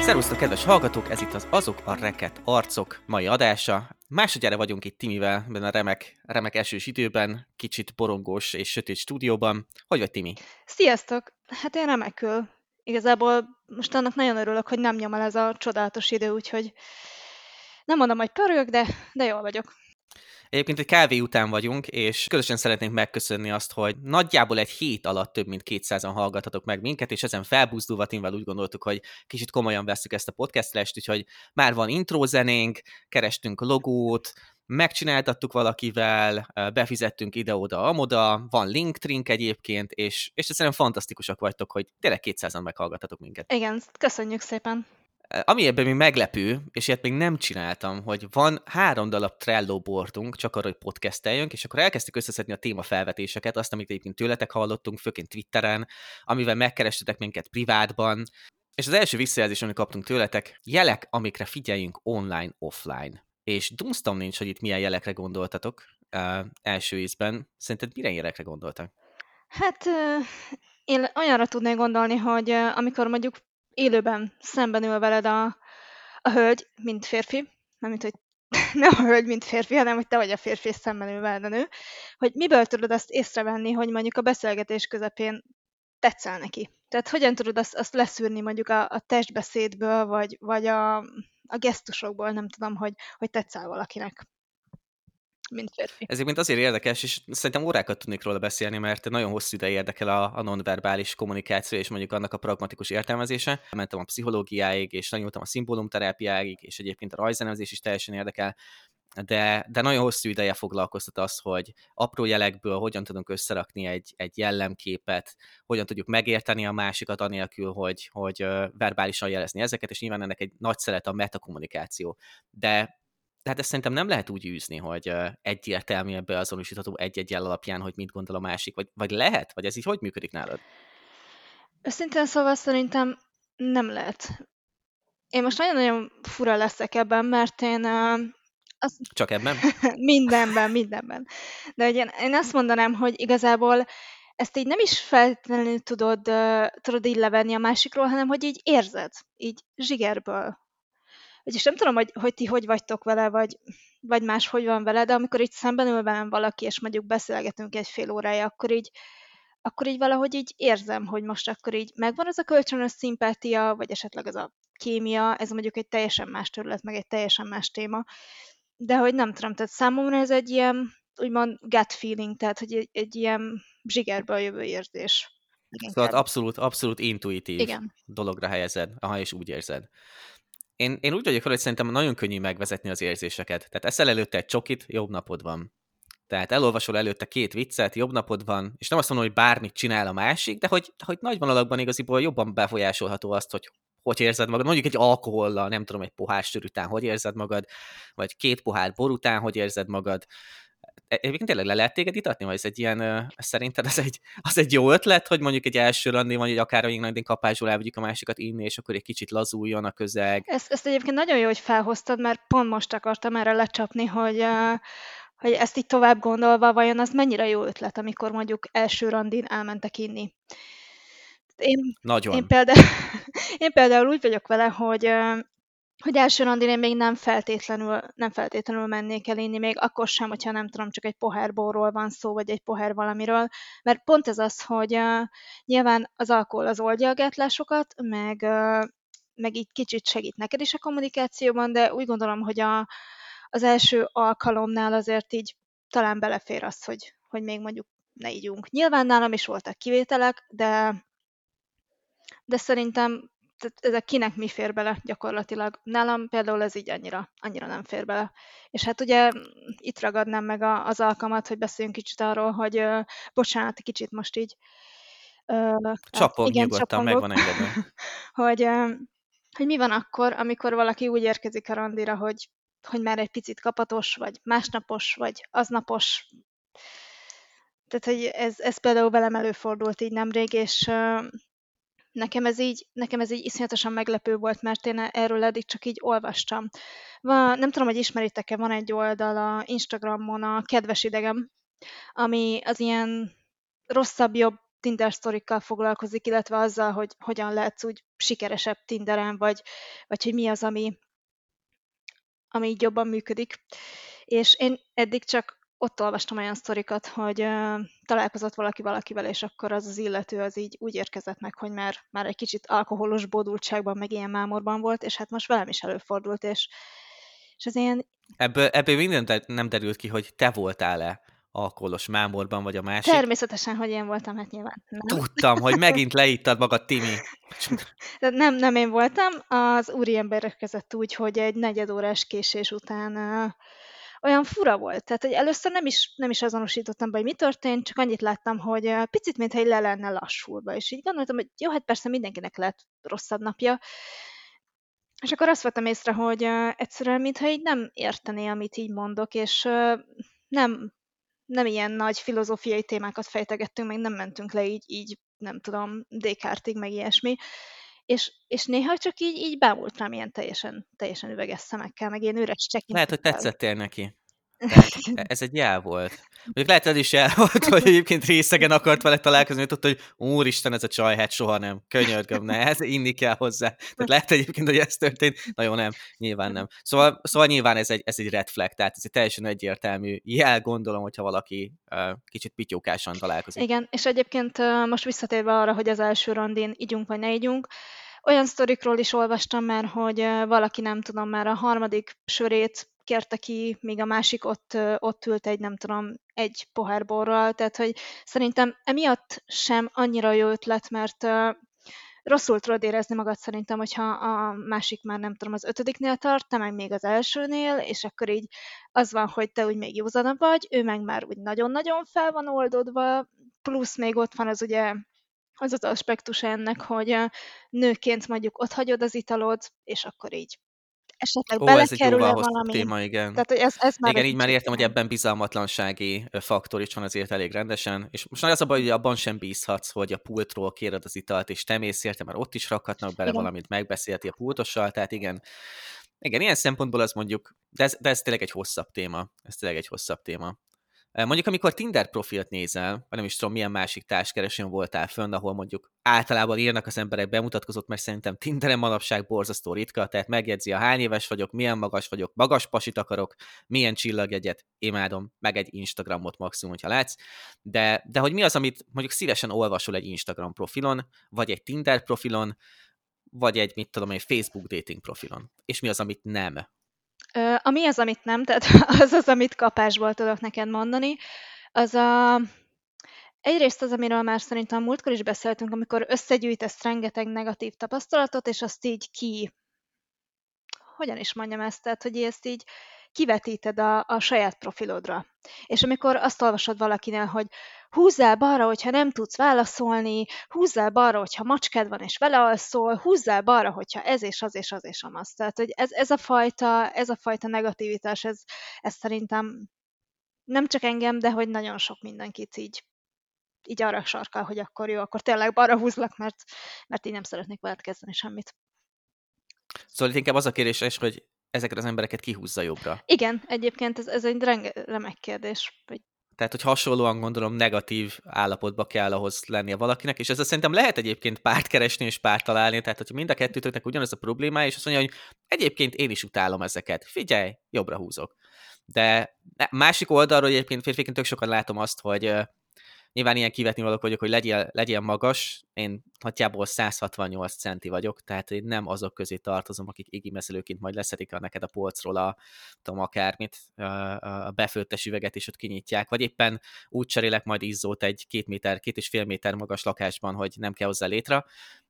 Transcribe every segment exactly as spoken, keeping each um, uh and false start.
Szervusztok, kedves hallgatók! Ez itt az Azok a Reket Arcok mai adása. Másodjára vagyunk itt Timivel, ebben a remek, remek esős időben, kicsit borongós és sötét stúdióban. Hogy vagy, Timi? Sziasztok! Hát én remekül. Igazából most annak nagyon örülök, hogy nem nyom el ez a csodálatos idő, úgyhogy nem mondom, hogy pörög, de, de jól vagyok. Egyébként egy kávé után vagyunk, és közösen szeretnénk megköszönni azt, hogy nagyjából egy hét alatt több mint kétszázan hallgatatok meg minket, és ezen felbuzdulva Timivel úgy gondoltuk, hogy kicsit komolyan vesszük ezt a podcastlest, úgyhogy már van intrózenénk, kerestünk logót, megcsináltattuk valakivel, befizettünk ide-oda, amoda, van Linktrink egyébként, és, és egyszerűen fantasztikusak vagytok, hogy tényleg kétszázan meghallgatatok minket. Igen, köszönjük szépen. Ami ebben még meglepő, és ilyet még nem csináltam, hogy van három darab Trello boardunk, csak arra, hogy podcasteljünk, és akkor elkezdtük összeszedni a témafelvetéseket, azt, amit egyébként tőletek hallottunk, főként Twitteren, amivel megkerestetek minket privátban, és az első visszajelzés, amit kaptunk tőletek, jelek, amikre figyeljünk online, offline. És dumsztam nincs, hogy itt milyen jelekre gondoltatok uh, első ízben. Szerinted milyen jelekre gondoltak? Hát én olyanra tudnék gondolni, hogy amikor mondjuk élőben szemben ül veled a, a hölgy, mint férfi, nem mint hogy nem a hölgy, mint férfi, hanem hogy te vagy a férfi, és szemben ül veled a nő, hogy miből tudod azt észrevenni, hogy mondjuk a beszélgetés közepén tetszel neki. Tehát hogyan tudod azt, azt leszűrni mondjuk a, a testbeszédből, vagy, vagy a, a gesztusokból, nem tudom, hogy, hogy tetszel valakinek, mint férfi. Ez egyébként azért érdekes, és szerintem órákat tudnék róla beszélni, mert nagyon hosszú ideig érdekel a, a nonverbális kommunikáció, és mondjuk annak a pragmatikus értelmezése. Mentem a pszichológiáig, és tanultam a szimbólumterápiáig, és egyébként a rajzzenemzés is teljesen érdekel, de, de nagyon hosszú ideje foglalkoztat az, hogy apró jelekből hogyan tudunk összerakni egy, egy jellemképet, hogyan tudjuk megérteni a másikat anélkül, hogy, hogy verbálisan jelezni ezeket, és nyilván ennek egy nagy szelet a metakommunikáció. De Tehát ezt szerintem nem lehet úgy űzni, hogy egyértelműen beazonosítható egy-egy jel alapján, hogy mit gondol a másik, vagy, vagy lehet? Vagy ez így hogy működik nálad? Őszintén szóval szerintem nem lehet. Én most nagyon-nagyon fura leszek ebben, mert én uh, azt... Csak ebben? mindenben, mindenben. De hogy én, én azt mondanám, hogy igazából ezt így nem is feltétlenül tudod, uh, tudod így levenni a másikról, hanem hogy így érzed, így zsigerből. Vagyis nem tudom, hogy, hogy ti hogy vagytok vele, vagy, vagy más hogy van vele, de amikor így szemben ül velem valaki, és mondjuk beszélgetünk egy fél órája, akkor így, akkor így valahogy így érzem, hogy most akkor így megvan az a kölcsönös szimpátia, vagy esetleg az a kémia, ez mondjuk egy teljesen más terület, meg egy teljesen más téma, de hogy nem tudom, tehát számomra ez egy ilyen, úgymond gut feeling, tehát hogy egy, egy ilyen zsigerből jövő érzés. Szóval abszolút, abszolút intuitív Igen. dologra helyezed, aha, és úgy érzed. Én, én úgy vagyok fel, hogy szerintem nagyon könnyű megvezetni az érzéseket. Tehát eszel előtte egy csokit, jobb napod van. Tehát elolvasol előtte két viccet, jobb napod van, és nem azt mondom, hogy bármit csinál a másik, de hogy, hogy nagy vonalakban igaziból jobban befolyásolható azt, hogy hogy érzed magad. Mondjuk egy alkohollal, nem tudom, egy pohár sör után hogy érzed magad, vagy két pohár bor után hogy érzed magad. Egyébként tényleg le lehet téged itatni, vagy ez egy ilyen, szerinted az egy, az egy jó ötlet, hogy mondjuk egy első randi van, hogy akár nagyon kapásból elvegyük a másikat inni, és akkor egy kicsit lazuljon a közeg. Ezt, ezt egyébként nagyon jó, hogy felhoztad, mert pont most akartam erre lecsapni, hogy, uh, hogy ezt így tovább gondolva, vajon az mennyire jó ötlet, amikor mondjuk első randin elmentek inni. Én, Nagyon. Én, például, én például úgy vagyok vele, hogy, uh, hogy első randin én még nem feltétlenül, nem feltétlenül mennék el inni, még akkor sem, hogyha nem tudom, csak egy pohár borról van szó, vagy egy pohár valamiről, mert pont ez az, hogy uh, nyilván az alkohol az oldja a gátlásokat, meg, uh, meg így kicsit segít neked is a kommunikációban, de úgy gondolom, hogy a, az első alkalomnál azért így talán belefér az, hogy, hogy még mondjuk ne ígyunk. Nyilván nálam is voltak kivételek, de, de szerintem tehát ezek kinek mi fér bele gyakorlatilag. Nálam például ez így annyira, annyira nem fér bele. És hát ugye itt ragadnám meg a, az alkalmat, hogy beszéljünk kicsit arról, hogy uh, bocsánat, kicsit most így uh, Csapog, igen, nyugodtan, csapongok, meg van engedve. hogy, uh, hogy mi van akkor, amikor valaki úgy érkezik a randira, hogy, hogy már egy picit kapatos, vagy másnapos, vagy aznapos. Tehát, hogy ez, ez például velem előfordult így nemrég, és uh, Nekem ez, így, nekem ez így iszonyatosan meglepő volt, mert én erről eddig csak így olvastam. Van, nem tudom, hogy ismeritek-e, van egy oldal a Instagramon, a Kedves idegem, ami az ilyen rosszabb-jobb Tinder sztorikkal foglalkozik, illetve azzal, hogy hogyan lehetsz úgy sikeresebb Tinderen, vagy, vagy hogy mi az, ami, ami így jobban működik. És én eddig csak ott olvastam olyan sztorikat, hogy uh, találkozott valaki valakivel, és akkor az az illető az így úgy érkezett meg, hogy már, már egy kicsit alkoholos bódultságban, meg ilyen mámorban volt, és hát most velem is előfordult, és, és az ilyen... Ebből, ebből minden nem derült ki, hogy te voltál-e alkoholos mámorban, vagy a másik. Természetesen, hogy én voltam, hát nyilván nem. Tudtam, hogy megint leíttad magad, Timi. nem, nem én voltam, az úriember érkezett úgy, hogy egy negyedórás késés után uh, olyan fura volt. Tehát, hogy először nem is, nem is azonosítottam be, hogy mi történt, csak annyit láttam, hogy uh, picit, mintha egy le lenne lassulva. És így gondoltam, hogy jó, hát persze mindenkinek lehet rosszabb napja. És akkor azt vettem észre, hogy uh, egyszerűen, mintha így nem értené, amit így mondok, és uh, nem, nem ilyen nagy filozófiai témákat fejtegettünk, meg nem mentünk le így, így nem tudom, Descartes-ig, meg ilyesmi. És, és néha csak így, így bámult rám ilyen teljesen, teljesen üveges szemekkel, meg ilyen üres csekintettel. Lehet, hogy tetszettél neki. Tehát ez egy jel volt. Mondjuk lehet, ez is jel volt, hogy egyébként részegen akart vele találkozni, hogy tudta, hogy úristen, ez a csaj, hát soha nem. Könyörgöm, ne, ez inni kell hozzá. Tehát lehet egyébként, hogy ez történt. Na jó, nem, nyilván nem. Szóval, szóval nyilván ez egy, ez egy red flag, tehát ez egy teljesen egyértelmű jel, gondolom, hogyha valaki uh, kicsit pityókásan találkozik. Igen, és egyébként uh, most visszatérve arra, hogy az első randin igyunk vagy ne igyunk, olyan sztorikról is olvastam már, hogy uh, valaki nem tudom, már a harmadik sörét kérte ki, míg a másik ott, ott ült egy, nem tudom, egy pohár borral, tehát hogy szerintem emiatt sem annyira jó ötlet, mert uh, rosszul tudod érezni magad szerintem, hogyha a másik már nem tudom, az ötödiknél tart, te meg még az elsőnél, és akkor így az van, hogy te úgy még józanabb vagy, ő meg már úgy nagyon-nagyon fel van oldódva, plusz még ott van az ugye az az aspektus ennek, hogy nőként mondjuk ott hagyod az italod, és akkor így esetleg Ó, belekerül-e valami. Téma, igen. Tehát, hogy ez, ez már igen, így már értem, hogy ebben bizalmatlansági faktor is van azért elég rendesen, és most már az a baj, hogy abban sem bízhatsz, hogy a pultról kéred az italt, és te mész érte, mert ott is rakhatnak bele igen. valamit, megbeszélti a pultossal, tehát igen, igen, ilyen szempontból az mondjuk, de ez, de ez tényleg egy hosszabb téma, ez tényleg egy hosszabb téma. Mondjuk, amikor Tinder profilt nézel, vagy nem is tudom, milyen másik társkeresőn voltál fönn, ahol mondjuk általában írnak az emberek bemutatkozott, mert szerintem Tinderen manapság borzasztó ritka, tehát megjegyzi a hány éves vagyok, milyen magas vagyok, magas pasit akarok, milyen csillagjegyet, imádom, meg egy Instagramot maximum, hogyha látsz, de, de hogy mi az, amit mondjuk szívesen olvasol egy Instagram profilon, vagy egy Tinder profilon, vagy egy, mit tudom, egy Facebook dating profilon, és mi az, amit nem. Ami az, amit nem, tehát az az, amit kapásból tudok neked mondani, az a... Egyrészt az, amiről már szerintem múltkor is beszéltünk, amikor összegyűjtesz rengeteg negatív tapasztalatot, és azt így ki... Hogyan is mondjam ezt? Tehát, hogy ezt így kivetíted a, a saját profilodra. És amikor azt olvasod valakinél, hogy húzzál balra, hogyha nem tudsz válaszolni, húzzál balra, hogyha macskád van és vele alszol, húzzál balra, hogyha ez és az és az és amaz. Tehát, hogy ez, ez, a, fajta, ez a fajta negativitás, ez, ez szerintem nem csak engem, de hogy nagyon sok mindenkit így, így arra sarkal, hogy akkor jó, akkor tényleg balra húzlak, mert, mert így nem szeretnék veled kezdeni semmit. Szóval itt inkább az a kérdés, hogy ezeket az embereket kihúzza jobbra. Igen, egyébként ez, ez egy remek kérdés. Hogy... Tehát, hogy hasonlóan gondolom negatív állapotba kell ahhoz lennie valakinek, és ezzel szerintem lehet egyébként párt keresni és párt találni, tehát hogyha mind a kettőtöknek ugyanaz a problémája, és azt mondja, hogy egyébként én is utálom ezeket, figyelj, jobbra húzok. De másik oldalról egyébként férfiként tök sokan látom azt, hogy nyilván ilyen kivetni valók vagyok, hogy legyél, legyél magas, én nagyjából száz hatvannyolc centi vagyok, tehát én nem azok közé tartozom, akik igimeszelőként majd leszedik a neked a polcról a, tudom, akármit, a befőttes üveget, és ott kinyitják, vagy éppen úgy cserélek majd izzót egy két méter, két és fél méter magas lakásban, hogy nem kell hozzá létre.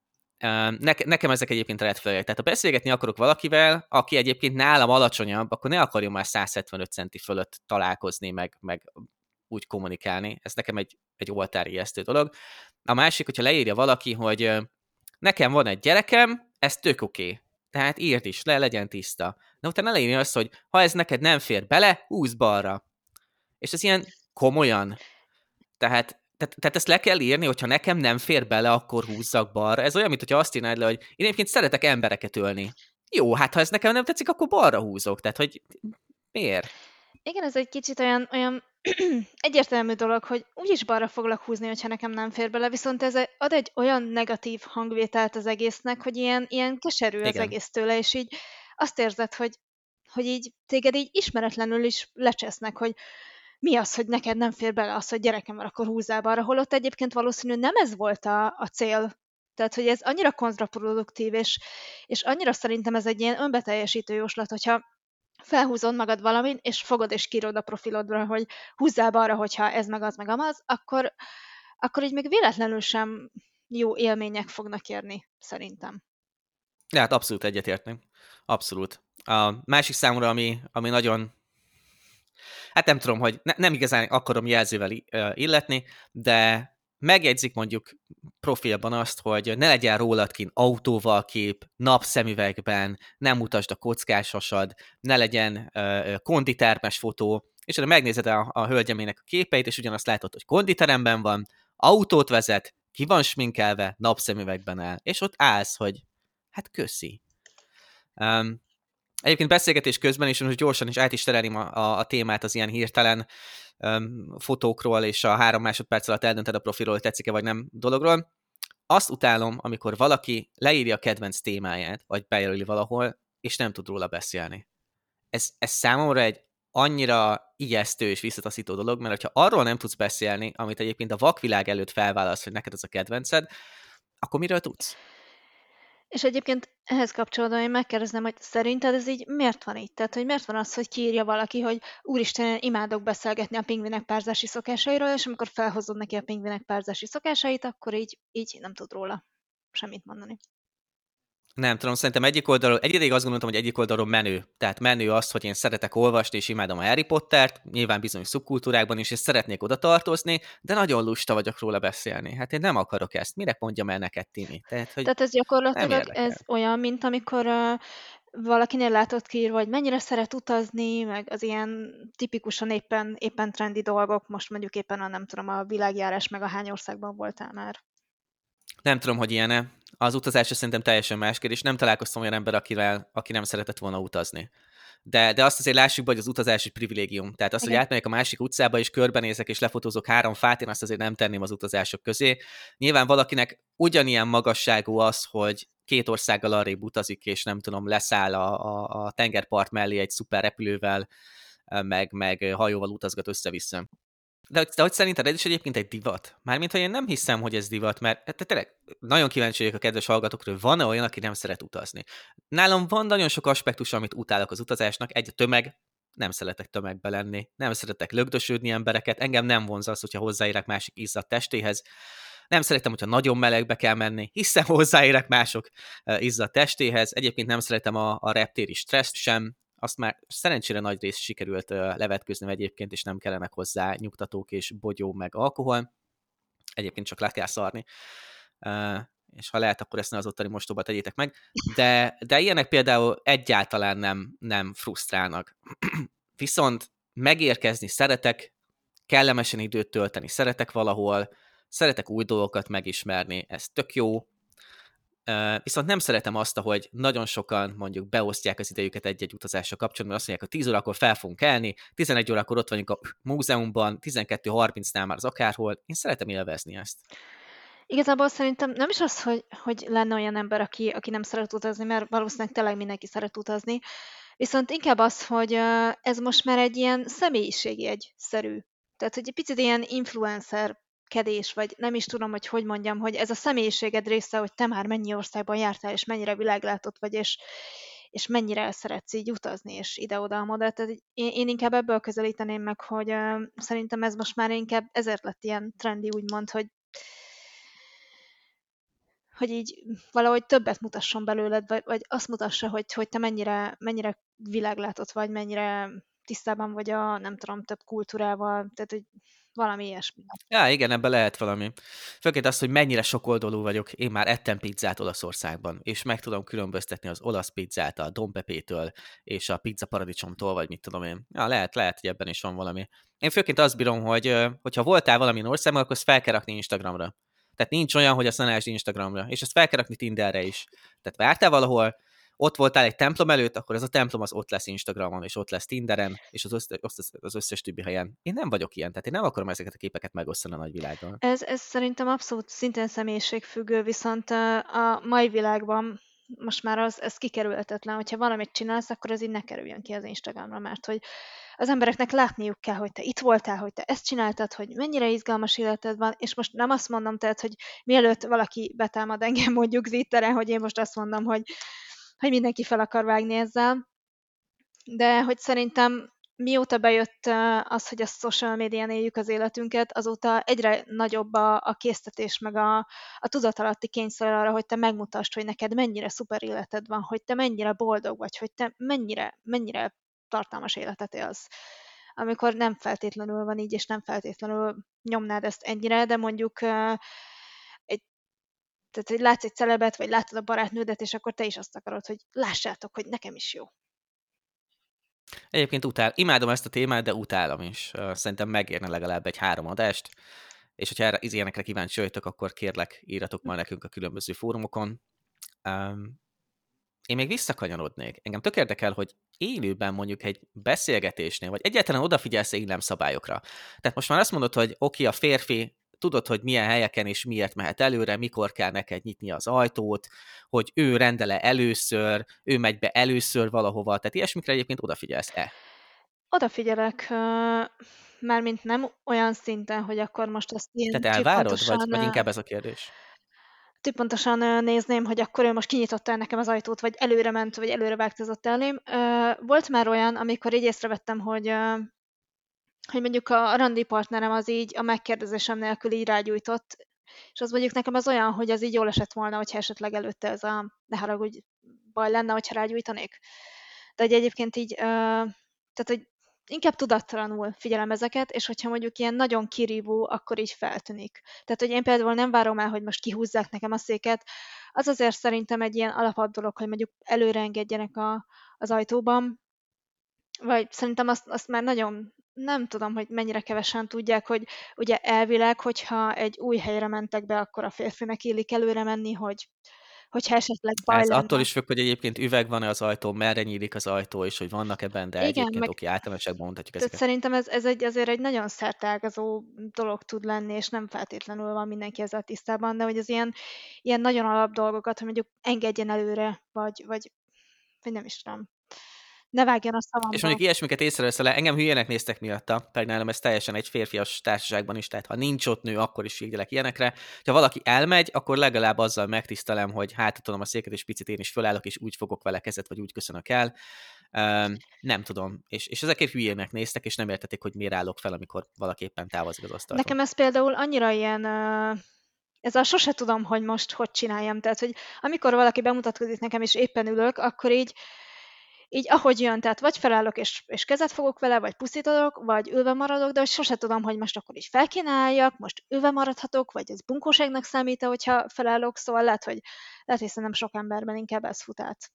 Ne, nekem ezek egyébként red flag-ek. Tehát ha beszélgetni akarok valakivel, aki egyébként nálam alacsonyabb, akkor ne akarjon már száz hetvenöt centi fölött találkozni, meg, meg úgy kommunikálni. Ez nekem egy, egy oltárijesztő dolog. A másik, hogyha leírja valaki, hogy nekem van egy gyerekem, ez tök oké. Okay. Tehát írd is, le legyen tiszta. De utána leírja azt, hogy ha ez neked nem fér bele, húzz balra. És ez ilyen komolyan. Tehát Tehát, tehát ezt le kell írni, hogyha nekem nem fér bele, akkor húzzak balra. Ez olyan, mint hogyha azt írnád le, hogy én egyébként szeretek embereket ölni. Jó, hát ha ez nekem nem tetszik, akkor balra húzok. Tehát, hogy miért? Igen, ez egy kicsit olyan, olyan egyértelmű dolog, hogy úgyis balra foglak húzni, hogyha nekem nem fér bele, viszont ez ad egy olyan negatív hangvételt az egésznek, hogy ilyen, ilyen keserű az Igen. egész tőle, és így azt érzed, hogy, hogy így téged így ismeretlenül is lecsesznek, hogy mi az, hogy neked nem fér bele az, hogy gyerekem van, akkor húzzál balra, holott egyébként valószínű nem ez volt a, a cél. Tehát, hogy ez annyira kontraproduktív, és, és annyira szerintem ez egy ilyen önbeteljesítő jóslat, hogyha felhúzod magad valamin, és fogod és kírod a profilodra, hogy húzzál balra, hogyha ez meg az meg amaz, akkor, akkor így még véletlenül sem jó élmények fognak érni, szerintem. De hát abszolút egyetértünk. Abszolút. A másik számomra, ami, ami nagyon, hát nem tudom, hogy ne, nem igazán akarom jelzővel illetni, de megjegyzik mondjuk profilban azt, hogy ne legyen rólad kint autóval kép, napszemüvegben, nem mutasd a kockásasad, ne legyen uh, konditermes fotó, és erre megnézed a, a hölgyemének a képeit, és ugyanazt látod, hogy konditeremben van, autót vezet, ki van sminkelve, napszemüvegben áll, és ott állsz, hogy hát köszi. Um, Egyébként beszélgetés közben, és most gyorsan is át is terelném a, a, a témát az ilyen hirtelen um, fotókról, és a három másodperc alatt eldönted a profilról, hogy tetszik-e vagy nem dologról. Azt utálom, amikor valaki leírja a kedvenc témáját, vagy bejelöli valahol, és nem tud róla beszélni. Ez, ez számomra egy annyira ijesztő és visszataszító dolog, mert ha arról nem tudsz beszélni, amit egyébként a vakvilág előtt felválasz, hogy neked az a kedvenced, akkor miről tudsz? És egyébként ehhez kapcsolódóan én megkérdezném, hogy szerinted ez így miért van így? Tehát, hogy miért van az, hogy kiírja valaki, hogy úristen, én imádok beszélgetni a pingvinek párzási szokásairól, és amikor felhozod neki a pingvinek párzási szokásait, akkor így, így nem tud róla semmit mondani. Nem tudom, szerintem egyik oldalról, egy ideig azt gondoltam, hogy egyik oldalról menő. Tehát menő az, hogy én szeretek olvasni, és imádom a Harry Pottert, nyilván bizonyos szubkultúrákban is, és szeretnék oda tartozni, de nagyon lusta vagyok róla beszélni. Hát én nem akarok ezt. Mire mondjam el neked, Timi? Tehát, hogy Tehát ez nem gyakorlatilag érdekel. ez olyan, mint amikor uh, valakinél látott kiírva, hogy mennyire szeret utazni, meg az ilyen tipikusan éppen, éppen trendi dolgok, most mondjuk éppen a nem tudom, a világjárás, meg a hány országban voltál már. Nem tudom, hogy ilyen-e. Az utazás szerintem teljesen más kérdés. Nem találkoztam olyan ember, akivel, aki nem szeretett volna utazni. De, de azt azért lássuk be, hogy az utazás egy privilégium. Tehát az, Igen. hogy átmegyek a másik utcába, és körbenézek, és lefotózok három fát, én azt azért nem tenném az utazások közé. Nyilván valakinek ugyanilyen magasságú az, hogy két országgal arrébb utazik, és nem tudom, leszáll a, a, a tengerpart mellé egy szuper repülővel, meg, meg hajóval utazgat össze-vissza. De, de hogy szerinted ez is egyébként egy divat? Mármint, hogy én nem hiszem, hogy ez divat, mert hát, tényleg nagyon kíváncsi vagyok a kedves hallgatókról, hogy van-e olyan, aki nem szeret utazni. Nálam van nagyon sok aspektus, amit utálok az utazásnak. Egy a tömeg, nem szeretek tömegbe lenni, nem szeretek lögdösödni embereket, engem nem vonz az, hogyha hozzáérek másik izzadt testéhez. Nem szeretem, hogyha nagyon melegbe kell menni, hiszen hozzáérek mások izzadt testéhez. Egyébként nem szeretem a, a reptéri stresszt sem, azt már szerencsére nagy rész sikerült levetkőzni egyébként, és nem kellenek hozzá nyugtatók és bogyó meg alkohol. Egyébként csak le kell szarni. És ha lehet, akkor ezt ne az ottani mostóba tegyétek meg. De, de ilyenek például egyáltalán nem, nem frusztrálnak. Viszont megérkezni szeretek, kellemesen időt tölteni szeretek valahol, szeretek új dolgokat megismerni, ez tök jó. Uh, viszont nem szeretem azt, hogy nagyon sokan mondjuk beosztják az idejüket egy-egy utazással kapcsolatban, mert azt mondják, hogy tíz órakor fel fogunk kelni, tizenegy órakor ott vagyunk a múzeumban, tizenkettő harmincnál már az akárhol. Én szeretem élvezni ezt. Igazából szerintem nem is az, hogy, hogy lenne olyan ember, aki, aki nem szeret utazni, mert valószínűleg tényleg mindenki szeret utazni, viszont inkább az, hogy ez most már egy ilyen személyiségjegyszerű. Tehát, hogy egy picit ilyen influencer kedés, vagy nem is tudom, hogy hogy mondjam, hogy ez a személyiséged része, hogy te már mennyi országban jártál, és mennyire világlátott vagy, és, és mennyire szeretsz így utazni, és ide-oda-amoda. Tehát én, én inkább ebből közelíteném meg, hogy uh, szerintem ez most már inkább ezért lett ilyen trendi, úgymond, hogy hogy így valahogy többet mutasson belőled, vagy, vagy azt mutassa, hogy, hogy te mennyire, mennyire világlátott vagy, mennyire tisztában vagy a, nem tudom, több kultúrával, tehát, hogy valami ilyesmi. Ja, igen, ebben lehet valami. Főként az, hogy mennyire sokoldalú vagyok. Én már ettem pizzát Olaszországban, és meg tudom különböztetni az olasz pizzát a Don Pepétől, és a pizza paradicsomtól, vagy mit tudom én. Ja, lehet, lehet, hogy ebben is van valami. Én főként azt bírom, hogy hogyha voltál valamilyen országban, akkor azt fel kell rakni Instagramra. Tehát nincs olyan, hogy azt ne lásd Instagramra, és ezt fel kell rakni Tinderre is. Tehát vártál valahol, ott voltál egy templom előtt, akkor ez a templom az ott lesz Instagramon, és ott lesz Tinderen, és az összes, az összes többi helyen. Én nem vagyok ilyen, tehát én nem akarom ezeket a képeket megosztani a nagyvilággal. Ez, ez szerintem abszolút szintén személyiségfüggő, viszont ö, a mai világban most már az, ez kikerülhetetlen, hogyha valamit csinálsz, akkor ez így ne kerüljön ki az Instagramra, mert hogy az embereknek látniuk kell, hogy te itt voltál, hogy te ezt csináltad, hogy mennyire izgalmas életed van, és most nem azt mondom, tehát, hogy mielőtt valaki betámad engem mondjuk Twitteren, hogy én most azt mondom, hogy, hogy mindenki fel akar vágni ezzel, de hogy szerintem mióta bejött ö, az, hogy a social médián éljük az életünket, azóta egyre nagyobb a, a késztetés, meg a, a tudatalatti kényszer arra, hogy te megmutasd, hogy neked mennyire szuper életed van, hogy te mennyire boldog vagy, hogy te mennyire, mennyire tartalmas életet élsz. Amikor nem feltétlenül van így, és nem feltétlenül nyomnád ezt ennyire, de mondjuk ö, egy, tehát, hogy látsz egy celebet, vagy látod a barátnődet, és akkor te is azt akarod, hogy lássátok, hogy nekem is jó. Egyébként utál, imádom ezt a témát, de utálom is. Ö, Szerintem megérne legalább egy három adást, és hogyha erre, ilyenekre kíváncsi vagytok, akkor kérlek, írjatok majd nekünk a különböző fórumokon. Um, én még visszakanyarodnék. Engem tök érdekel, hogy élőben mondjuk egy beszélgetésnél, vagy egyáltalán odafigyelsz illemszabályokra. Tehát most már azt mondod, hogy oké, a férfi, tudod, hogy milyen helyeken és miért mehet előre, mikor kell neked nyitni az ajtót, hogy ő rendele először, ő megy be először valahova, tehát ilyesmikre egyébként odafigyelsz-e? Odafigyelek, ö, mármint nem olyan szinten, hogy akkor most ezt ilyen Tehát elvárod, vagy, tűpontosan, vagy ö, inkább ez a kérdés? tűpontosan ö, nézném, hogy akkor ő most kinyitotta el nekem az ajtót, vagy előre ment, vagy előre vágtazott elém. Ö, Volt már olyan, amikor így észrevettem, hogy, ö, hogy mondjuk a randi partnerem az így a megkérdezésem nélkül így rágyújtott, és az mondjuk nekem az olyan, hogy az így jól esett volna, hogyha esetleg előtte ez a ne haragudj, baj lenne, hogyha rágyújtanék. De hogy egyébként így, ö, tehát hogy inkább tudattalanul figyelem ezeket, és hogyha mondjuk ilyen nagyon kirívó, akkor így feltűnik. Tehát, hogy én például nem várom el, hogy most kihúzzák nekem a széket, az azért szerintem egy ilyen alapabb dolog, hogy mondjuk előre engedjenek a, az ajtóban, vagy szerintem azt, azt már nagyon nem tudom, hogy mennyire kevesen tudják, hogy ugye elvileg, hogyha egy új helyre mentek be, akkor a férfinek illik előre menni, hogy hogyha esetleg baj Ez attól lenne. is függ, hogy egyébként üveg van-e az ajtón, merre nyílik az ajtó, és hogy vannak ebben, de Igen, egyébként meg oké, általánosságban mondhatjuk tehát ezeket. szerintem ez, ez egy, azért egy nagyon szerteágazó dolog tud lenni, és nem feltétlenül van mindenki ezzel tisztában, de hogy az ilyen, ilyen nagyon alap dolgokat, hogy mondjuk engedjen előre, vagy, vagy, vagy nem is tudom, ne vágjon a És szavamba. mondjuk ilyesmiket észrevesz le, engem hülyének néztek miatta, pedig nálam ez teljesen egy férfias társaságban is, tehát ha nincs ott nő, akkor is figyelek ilyenekre. Ha valaki elmegy, akkor legalább azzal megtisztelem, hogy hátratom a széket, és picit én is fölállok, és úgy fogok vele kezet, vagy úgy köszönök el. Um, nem tudom. És, és ezekért hülyének néztek, és nem értették, hogy miért állok fel, amikor valaki éppen távozik az asztaltól. Nekem ez például annyira ilyen, ö, ez a sose tudom, hogy most hogy csináljam. Tehát, hogy amikor valaki bemutatkozik nekem, és éppen ülök, akkor így, így ahogy jön, tehát vagy felállok, és, és kezet fogok vele, vagy puszit adok, vagy ülve maradok, de hogy sose tudom, hogy most akkor így fel kéne álljak, most ülve maradhatok, vagy ez bunkóságnak számít, hogyha felállok, szóval lehet, hogy, lehet, hogy szerintem sok emberben inkább ez fut át.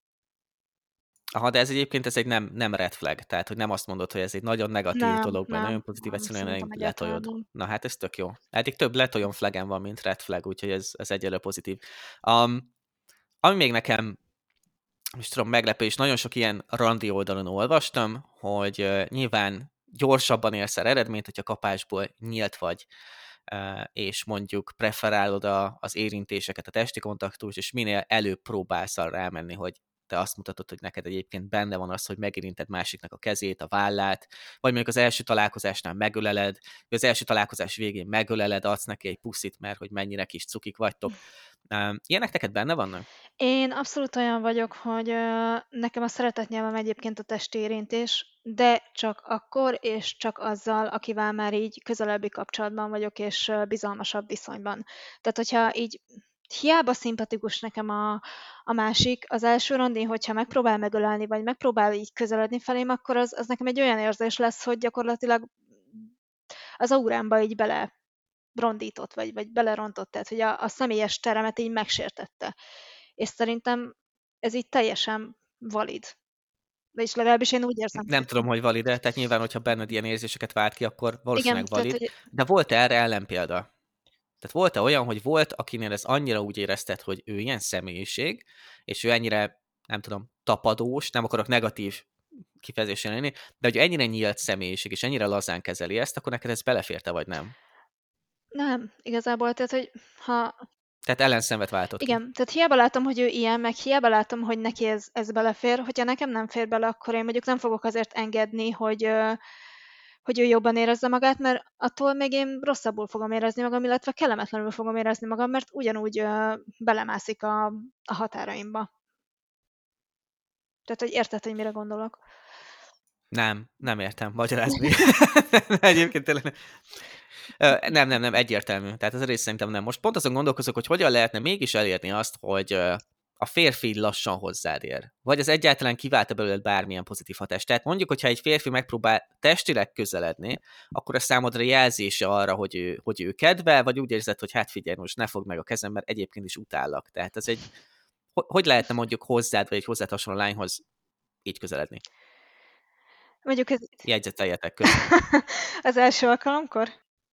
Aha, de ez egyébként ez egy nem, nem red flag, tehát hogy nem azt mondod, hogy ez egy nagyon negatív Nem, dolog, vagy nagyon nem, pozitív, nem, egyszerűen szerintem nem egyáltalán letoljod. nem. Na hát ez tök jó. Eddig több letoljom flagem van, mint red flag, úgyhogy ez, ez egyelőre pozitív. Um, ami még nekem, most tudom, meglepő, és nagyon sok ilyen randi oldalon olvastam, hogy uh, nyilván gyorsabban érsz el eredményt, hogyha kapásból nyílt vagy, uh, és mondjuk preferálod a, az érintéseket, a testi kontaktust, és minél előbb próbálsz arra rámenni, hogy te azt mutatod, hogy neked egyébként benne van az, hogy megérinted másiknak a kezét, a vállát, vagy mondjuk az első találkozásnál megöleled, vagy az első találkozás végén megöleled, adsz neki egy puszit, mert hogy mennyire kis cukik vagytok. Um, ilyenek neked benne vannak? Én abszolút olyan vagyok, hogy ö, nekem a szeretetnyelvem egyébként a testi érintés, de csak akkor, és csak azzal, akivel már így közelebbi kapcsolatban vagyok, és ö, bizalmasabb viszonyban. Tehát, hogyha így hiába szimpatikus nekem a, a másik, az első randi, hogyha megpróbál megölelni, vagy megpróbál így közeledni felém, akkor az, az nekem egy olyan érzés lesz, hogy gyakorlatilag az aurámba így bele rondított, vagy, vagy belerontott, tehát hogy a, a személyes teremet így megsértette. És szerintem ez így teljesen valid. Vagyis legalábbis én úgy érzem, Nem hogy tudom, hogy valide, tehát nyilván, hogyha benned ilyen érzéseket vált ki, akkor igen, valószínűleg tehát valid. hogy De volt-e erre ellenpélda? Tehát volt-e olyan, hogy volt, akinél ez annyira úgy érezted, hogy ő ilyen személyiség, és ő ennyire nem tudom, tapadós, nem akarok negatív kifejezésen lenni, de hogy ennyire nyílt személyiség, és ennyire lazán kezeli ezt, akkor neked ez beleférte, vagy nem? Nem, igazából, tehát, hogy ha... Tehát ellenszenvet váltott ki. Igen, tehát hiába látom, hogy ő ilyen, meg hiába látom, hogy neki ez, ez belefér, hogyha nekem nem fér bele, akkor én mondjuk nem fogok azért engedni, hogy, ö, hogy ő jobban érezze magát, mert attól még én rosszabbul fogom érezni magam, illetve kellemetlenül fogom érezni magam, mert ugyanúgy ö, belemászik a, a határaimba. Tehát, hogy érted, hogy mire gondolok. Nem, nem értem. Magyarázd még. Egyébként tényleg nem. Ö, nem, nem, nem, egyértelmű. Tehát ez a rész szerintem nem. Most pont azon gondolkozok, hogy hogyan lehetne mégis elérni azt, hogy ö, a férfi lassan hozzád ér. Vagy az egyáltalán kiválta belőled bármilyen pozitív hatást. Tehát mondjuk, hogyha egy férfi megpróbál testileg közeledni, akkor a számodra jelzése arra, hogy ő, hogy ő kedvel, vagy úgy érzed, hogy hát figyelj, most ne fogd meg a kezem, mert egyébként is utállak. Tehát ez egy, hogy lehetne mondjuk hozzád, vagy egy hozzád hasonló lányhoz így közeledni? Mondjuk ez... Jegyzeteljetek közben. Az első alkalomkor?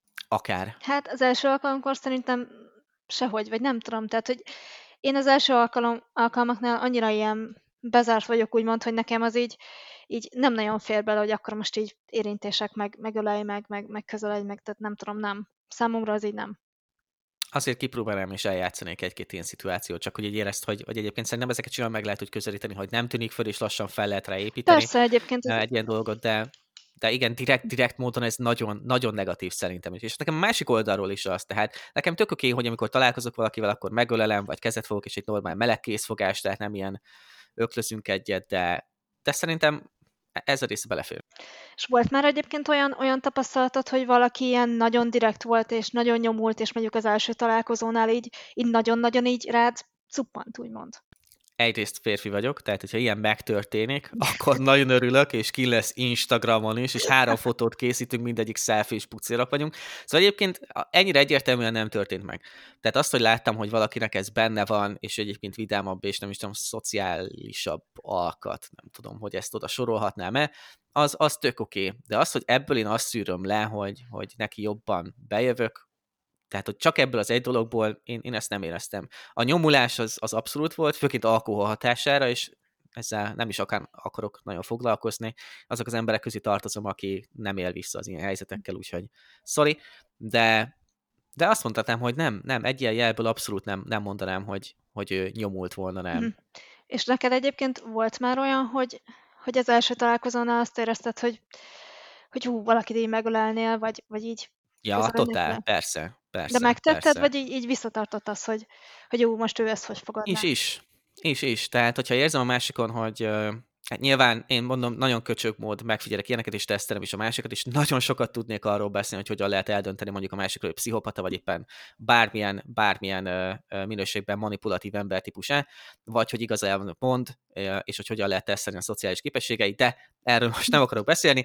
Akár. Hát az első alkalomkor szerintem sehogy, vagy nem tudom. Tehát, hogy én az első alkalom, alkalmaknál annyira ilyen bezárt vagyok, úgymond, hogy nekem az így, így nem nagyon fér bele, hogy akkor most így érintések, meg, meg ölej, meg, meg, meg közeledj, meg, tehát nem tudom, nem. Számomra az így nem. Azért kipróbálnám és eljátszanék egy-két ilyen szituációt, csak hogy így érezd, hogy, hogy egyébként szerintem ezeket csinálom meg lehet úgy közelíteni, hogy nem tűnik föl, és lassan fel lehet rá építeni. Persze, egyébként ez... Egy ilyen dolgot, de, de igen, direkt, direkt módon ez nagyon, nagyon negatív szerintem is. És nekem a másik oldalról is az, tehát nekem tök oké, hogy amikor találkozok valakivel, akkor megölelem, vagy kezet fogok, és egy normál meleg készfogás, tehát nem ilyen öklözünk egyet, de, de szerintem ez a része belefér. És volt már egyébként olyan, olyan tapasztalatod, hogy valaki ilyen nagyon direkt volt, és nagyon nyomult, és mondjuk az első találkozónál így, így nagyon-nagyon így rád cuppant, úgymond. Egyrészt férfi vagyok, tehát hogyha ilyen megtörténik, akkor nagyon örülök, és ki lesz Instagramon is, és három fotót készítünk, mindegyik selfie és pucérak vagyunk. Szóval egyébként ennyire egyértelműen nem történt meg. Tehát azt, hogy láttam, hogy valakinek ez benne van, és egyébként vidámabb, és nem is tudom, szociálisabb alkat, nem tudom, hogy ezt oda sorolhatnám-e, az, az tök oké. Okay. De az, hogy ebből én azt szűröm le, hogy, hogy neki jobban bejövök, tehát, hogy csak ebből az egy dologból én, én ezt nem éreztem. A nyomulás az, az abszolút volt, főként alkohol hatására, és ezzel nem is akár akarok nagyon foglalkozni. Azok az emberek közé tartozom, aki nem él vissza az ilyen helyzetekkel, úgyhogy sorry, de, de azt mondhatnám, hogy nem, nem, egy ilyen jelből abszolút nem, nem mondanám, hogy, hogy ő nyomult volna, nem. Mm. És neked egyébként volt már olyan, hogy, hogy az első találkozónál azt érezted, hogy, hogy hú, valakit így megölelnél, vagy, vagy így Ja, totál, persze, persze. De megtetted, persze. vagy így, így visszatartott hogy, hogy jó, most ő ezt hogy fogadná? Is, is. Is, is. Tehát, hogyha érzem a másikon, hogy hát nyilván én mondom, nagyon köcsög mód megfigyelek ilyeneket, és tesztelem is a másikat, és nagyon sokat tudnék arról beszélni, hogy hogyan lehet eldönteni mondjuk a másikról, hogy pszichopata, vagy éppen bármilyen, bármilyen ö, ö, minőségben manipulatív embertípus-e, vagy hogy igazán mond, és hogy hogyan lehet tesztelni a szociális képességeit, de erről most nem akarok beszélni,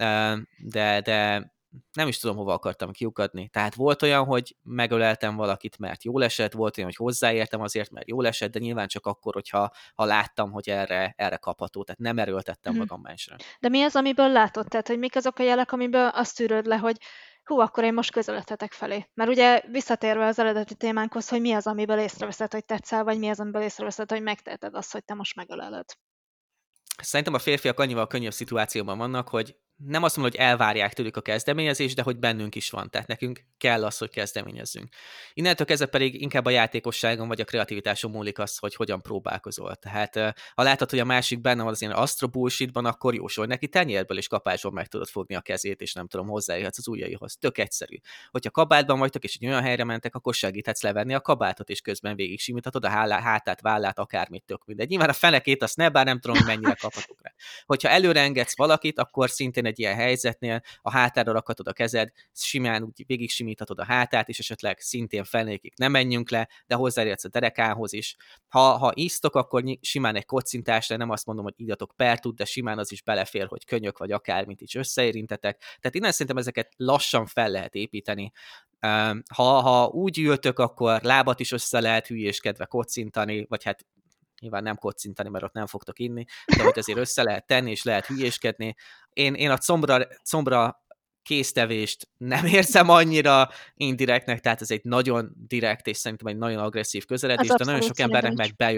de, de nem is tudom, hova akartam kiukadni. Tehát volt olyan, hogy megöleltem valakit, mert jól esett, volt olyan, hogy hozzáértem azért, mert jól esett, de nyilván csak akkor, hogyha ha láttam, hogy erre, erre kapható. Tehát nem erőltettem hmm. magam másra. De mi az, amiből látod? Tehát, hogy mik azok a jelek, amiből azt tűröd le, hogy hú, akkor én most közeledhetek felé. Mert ugye visszatérve az eredeti témánkhoz, hogy mi az, amiből észreveszed, hogy tetszel, vagy mi az, amiből észreveszed, hogy megteheted azt, hogy te most megöleled. Szerintem a férfiak annyival könnyebb szituációban vannak, hogy nem azt mondom, hogy elvárják tőlük a kezdeményezést, de hogy bennünk is van. Tehát nekünk kell az, hogy kezdeményezzünk. Innentől kezdve pedig inkább a játékosságon vagy a kreativitáson múlik az, hogy hogyan próbálkozol. Tehát ha látod, hogy a másik benne van az ilyen astro bullshitban, akkor jósolj neki tenyérből és kapásból meg tudod fogni a kezét, és nem tudom, hozzáérhetsz az ujjaihoz. Tök egyszerű. Hogyha kabátban vagytok, és egy olyan helyre mentek, akkor segíthetsz levenni a kabátot, és közben végig simítatod a hátát, vállát, akármit, tök mindegy. Nyilván a fenekét azt ne, bár nem tudom, hogy mennyire kaphatok rá. Hogyha előre engedsz valakit, akkor szintén egy ilyen helyzetnél a hátára rakhatod a kezed, simán úgy végig simíthatod a hátát, és esetleg szintén felnékig nem menjünk le, de hozzáérhetsz a derekához is. Ha, ha isztok, akkor simán egy kocintásra, nem azt mondom, hogy ígyatok pertut, de simán az is belefér, hogy könyök vagy akármit is összeérintetek. Tehát innen szerintem ezeket lassan fel lehet építeni. Ha, ha úgy ültök, akkor lábat is össze lehet hülyéskedve kocintani, vagy hát nyilván nem kocintani, mert ott nem fogtok inni, de hogy azért össze lehet tenni, és lehet hülyéskedni. Én, én a combra, combra kéztevést nem érzem annyira indirektnek, tehát ez egy nagyon direkt, és szerintem egy nagyon agresszív közeledés, de nagyon sok embernek meg bejön,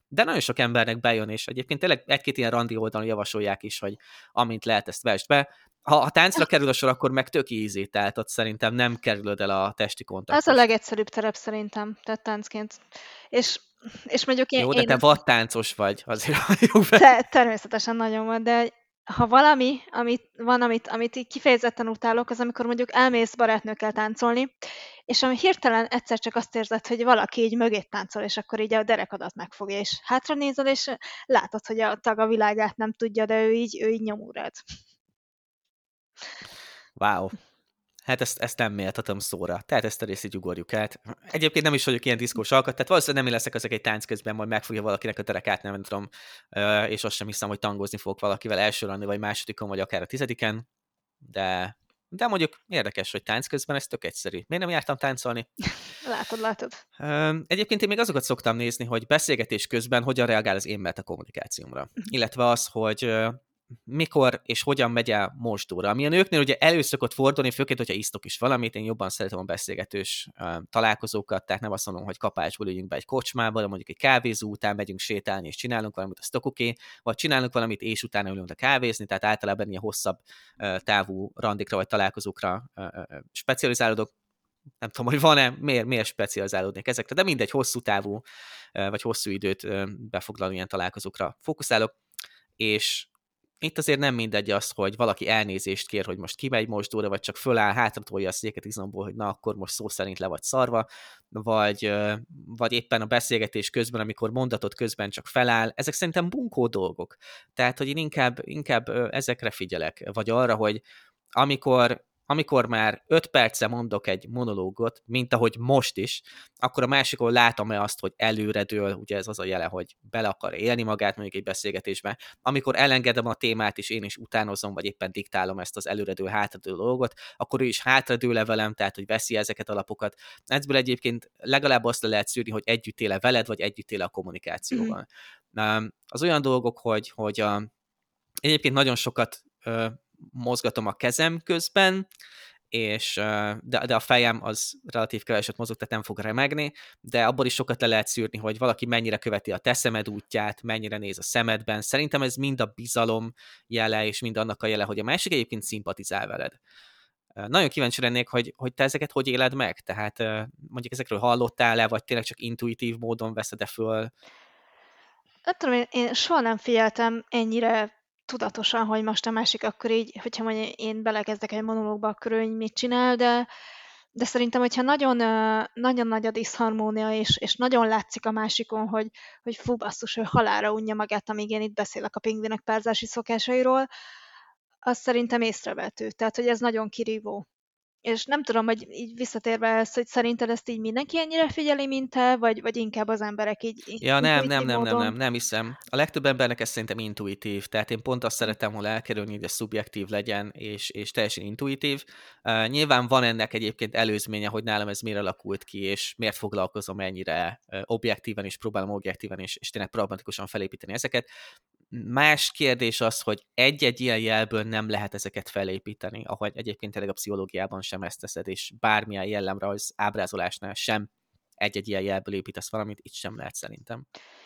de nagyon sok embernek bejön, és egyébként tényleg egy-két ilyen randi oldalon javasolják is, hogy amint lehet, ezt vesd be. Ha a táncra kerül a sor, akkor meg tök easy, tehát ott szerintem nem kerülöd el a testi kontaktust. Ez a legegyszerűbb terep szerintem, tehát táncként. És, és mondjuk én... Jó, de én te vadtáncos vagy, azért halljuk be. te, természetesen nagyon van, de ha valami, amit van, amit, amit így kifejezetten utálok, az amikor mondjuk elmész barátnőkkel táncolni, és ami hirtelen egyszer csak azt érzed, hogy valaki így mögé táncol, és akkor így a derekadat megfogja, és hátra nézel, és látod, hogy a tag a világát nem tudja, de ő így, ő így nyomul rád. Wow. Hát ezt, ezt nem méltatom szóra. Tehát ezt a részt így ugorjuk át. Egyébként nem is vagyok ilyen diszkós alkat, tehát valószínűleg nem én leszek azok egy tánc közben, majd megfogja valakinek a derekát, nem tudom, és azt sem hiszem, hogy tangozni fogok valakivel első randi, vagy másodikon, vagy akár a tizediken, de, de mondjuk érdekes, hogy tánc közben ez tök egyszerű. Miért nem jártam táncolni? Látod, látod. Egyébként én még azokat szoktam nézni, hogy beszélgetés közben hogyan reagál az én meta kommunikációmra. Illetve az, hogy mikor és hogyan megy el mosdóra. Ami a nőknél ugye elő szokott fordulni, főként, hogyha isztok is valamit, én jobban szeretem a beszélgetős uh, találkozókat, tehát nem azt mondom, hogy kapásból üljünk be egy kocsmába, de mondjuk egy kávézó után megyünk sétálni, és csinálunk valamit, az tök oké, vagy csinálunk valamit, és utána ülünk a kávézni, tehát általában ilyen hosszabb uh, távú randikra vagy találkozókra uh, uh, specializálódok. Nem tudom, hogy van-e, miért, miért specializálódnék ezekre, de mindegy, hosszú távú, uh, vagy hosszú időt uh, befoglaló ilyen találkozókra fókuszálok, és itt azért nem mindegy az, hogy valaki elnézést kér, hogy most kimegy mosdóra, vagy csak föláll, hátratolja a széket izomból, hogy na, akkor most szó szerint le vagy szarva, vagy, vagy éppen a beszélgetés közben, amikor mondatot közben csak feláll. Ezek szerintem bunkó dolgok. Tehát, hogy én inkább, inkább ezekre figyelek, vagy arra, hogy amikor amikor már öt perce mondok egy monológot, mint ahogy most is, akkor a másikon látom-e azt, hogy előredől, ugye ez az a jele, hogy bele akar élni magát mondjuk egy beszélgetésbe, amikor elengedem a témát, és én is utánozom, vagy éppen diktálom ezt az előredő, hátradő dolgot, akkor ő is hátradől velem, tehát hogy veszi ezeket a lapokat. Ebből egyébként legalább azt le lehet szűrni, hogy együtt éle veled, vagy együtt éle a kommunikációval. Mm-hmm. Az olyan dolgok, hogy, hogy a, egyébként nagyon sokat mozgatom a kezem közben, és, de, de a fejem az relatív keveset mozog, tehát nem fog remegni, de abból is sokat le lehet szűrni, hogy valaki mennyire követi a te szemed útját, mennyire néz a szemedben. Szerintem ez mind a bizalom jele, és mind annak a jele, hogy a másik egyébként szimpatizál veled. Nagyon kíváncsi lennék, hogy, hogy te ezeket hogy éled meg? Tehát mondjuk ezekről hallottál-e, vagy tényleg csak intuitív módon veszed-e föl? Nem tudom, én, én soha nem figyeltem ennyire tudatosan, hogy most a másik akkor így, hogyha mondjuk én belekezdek egy monológba, akkor ő mit csinál, de, de szerintem, hogyha nagyon, nagyon nagy a diszharmónia, és, és nagyon látszik a másikon, hogy, hogy fú, basszus, ő halálra unja magát, amíg én itt beszélek a pingvinek párzási szokásairól, az szerintem észrevehető. Tehát, hogy ez nagyon kirívó. És nem tudom, hogy így visszatérve ezt, hogy szerinted ezt így mindenki ennyire figyeli, mint te, vagy, vagy inkább az emberek így, így Ja, nem, nem, nem, módon? nem, nem, nem hiszem. A legtöbb embernek ez szerintem intuitív, tehát én pont azt szeretem volna elkerülni, hogy ez szubjektív legyen, és, és teljesen intuitív. Uh, nyilván van ennek egyébként előzménye, hogy nálam ez miért alakult ki, és miért foglalkozom ennyire uh, objektíven, és próbálom objektíven, és, és tényleg pragmatikusan felépíteni ezeket. Más kérdés az, hogy egy-egy ilyen jelből nem lehet ezeket felépíteni, ahogy egyébként tényleg a pszichológiában sem ezt teszed, és bármilyen jellemrajz ábrázolásnál sem egy-egy ilyen jelből építesz valamit, itt sem lehet szerintem.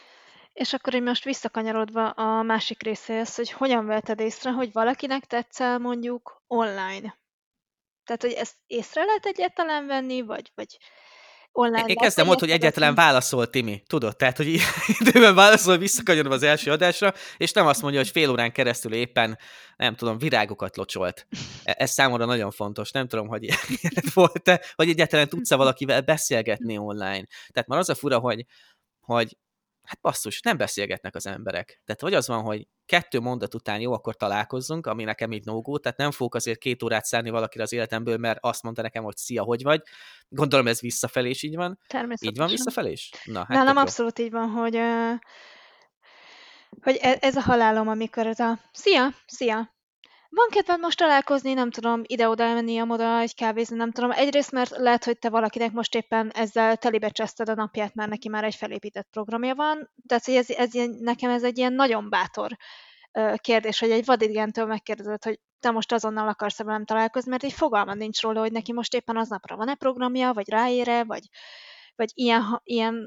És akkor én most visszakanyarodva a másik részéhez, hogy hogyan vetted észre, hogy valakinek tetszel mondjuk online? Tehát, hogy ezt észre lehet egyáltalán venni, vagy, vagy online Én kezdem ott, hogy egyáltalán válaszol Timi, tudod? Tehát, hogy időben válaszol, visszakanyarodva az első adásra, és nem azt mondja, hogy fél órán keresztül éppen, nem tudom, virágokat locsolt. Ez számomra nagyon fontos. Nem tudom, hogy ilyen volt-e, vagy egyáltalán tudsz-e valakivel beszélgetni online. Tehát már az a fura, hogy, hogy hát basszus, nem beszélgetnek az emberek. Tehát vagy az van, hogy kettő mondat után jó, akkor találkozzunk, ami nekem így no-go, tehát nem fogok azért két órát szállni valakire az életemből, mert azt mondta nekem, hogy szia, hogy vagy. Gondolom ez visszafelé is így van. Így van visszafelé is? Na, hát nálam abszolút így van, hogy, uh, hogy ez a halálom, amikor ez a szia, szia, van kedved most találkozni, nem tudom, ide-oda elmenni, amoda egy kávézni, nem tudom. Egyrészt, mert lehet, hogy te valakinek most éppen ezzel telibe cseszted a napját, mert neki már egy felépített programja van. Tehát, hogy ez, ez ilyen, nekem ez egy ilyen nagyon bátor uh, kérdés, hogy egy vadigentől megkérdezed, hogy te most azonnal akarsz-e velem találkozni, mert egy fogalma nincs róla, hogy neki most éppen aznapra van-e programja, vagy ráére, vagy, vagy ilyen, ilyen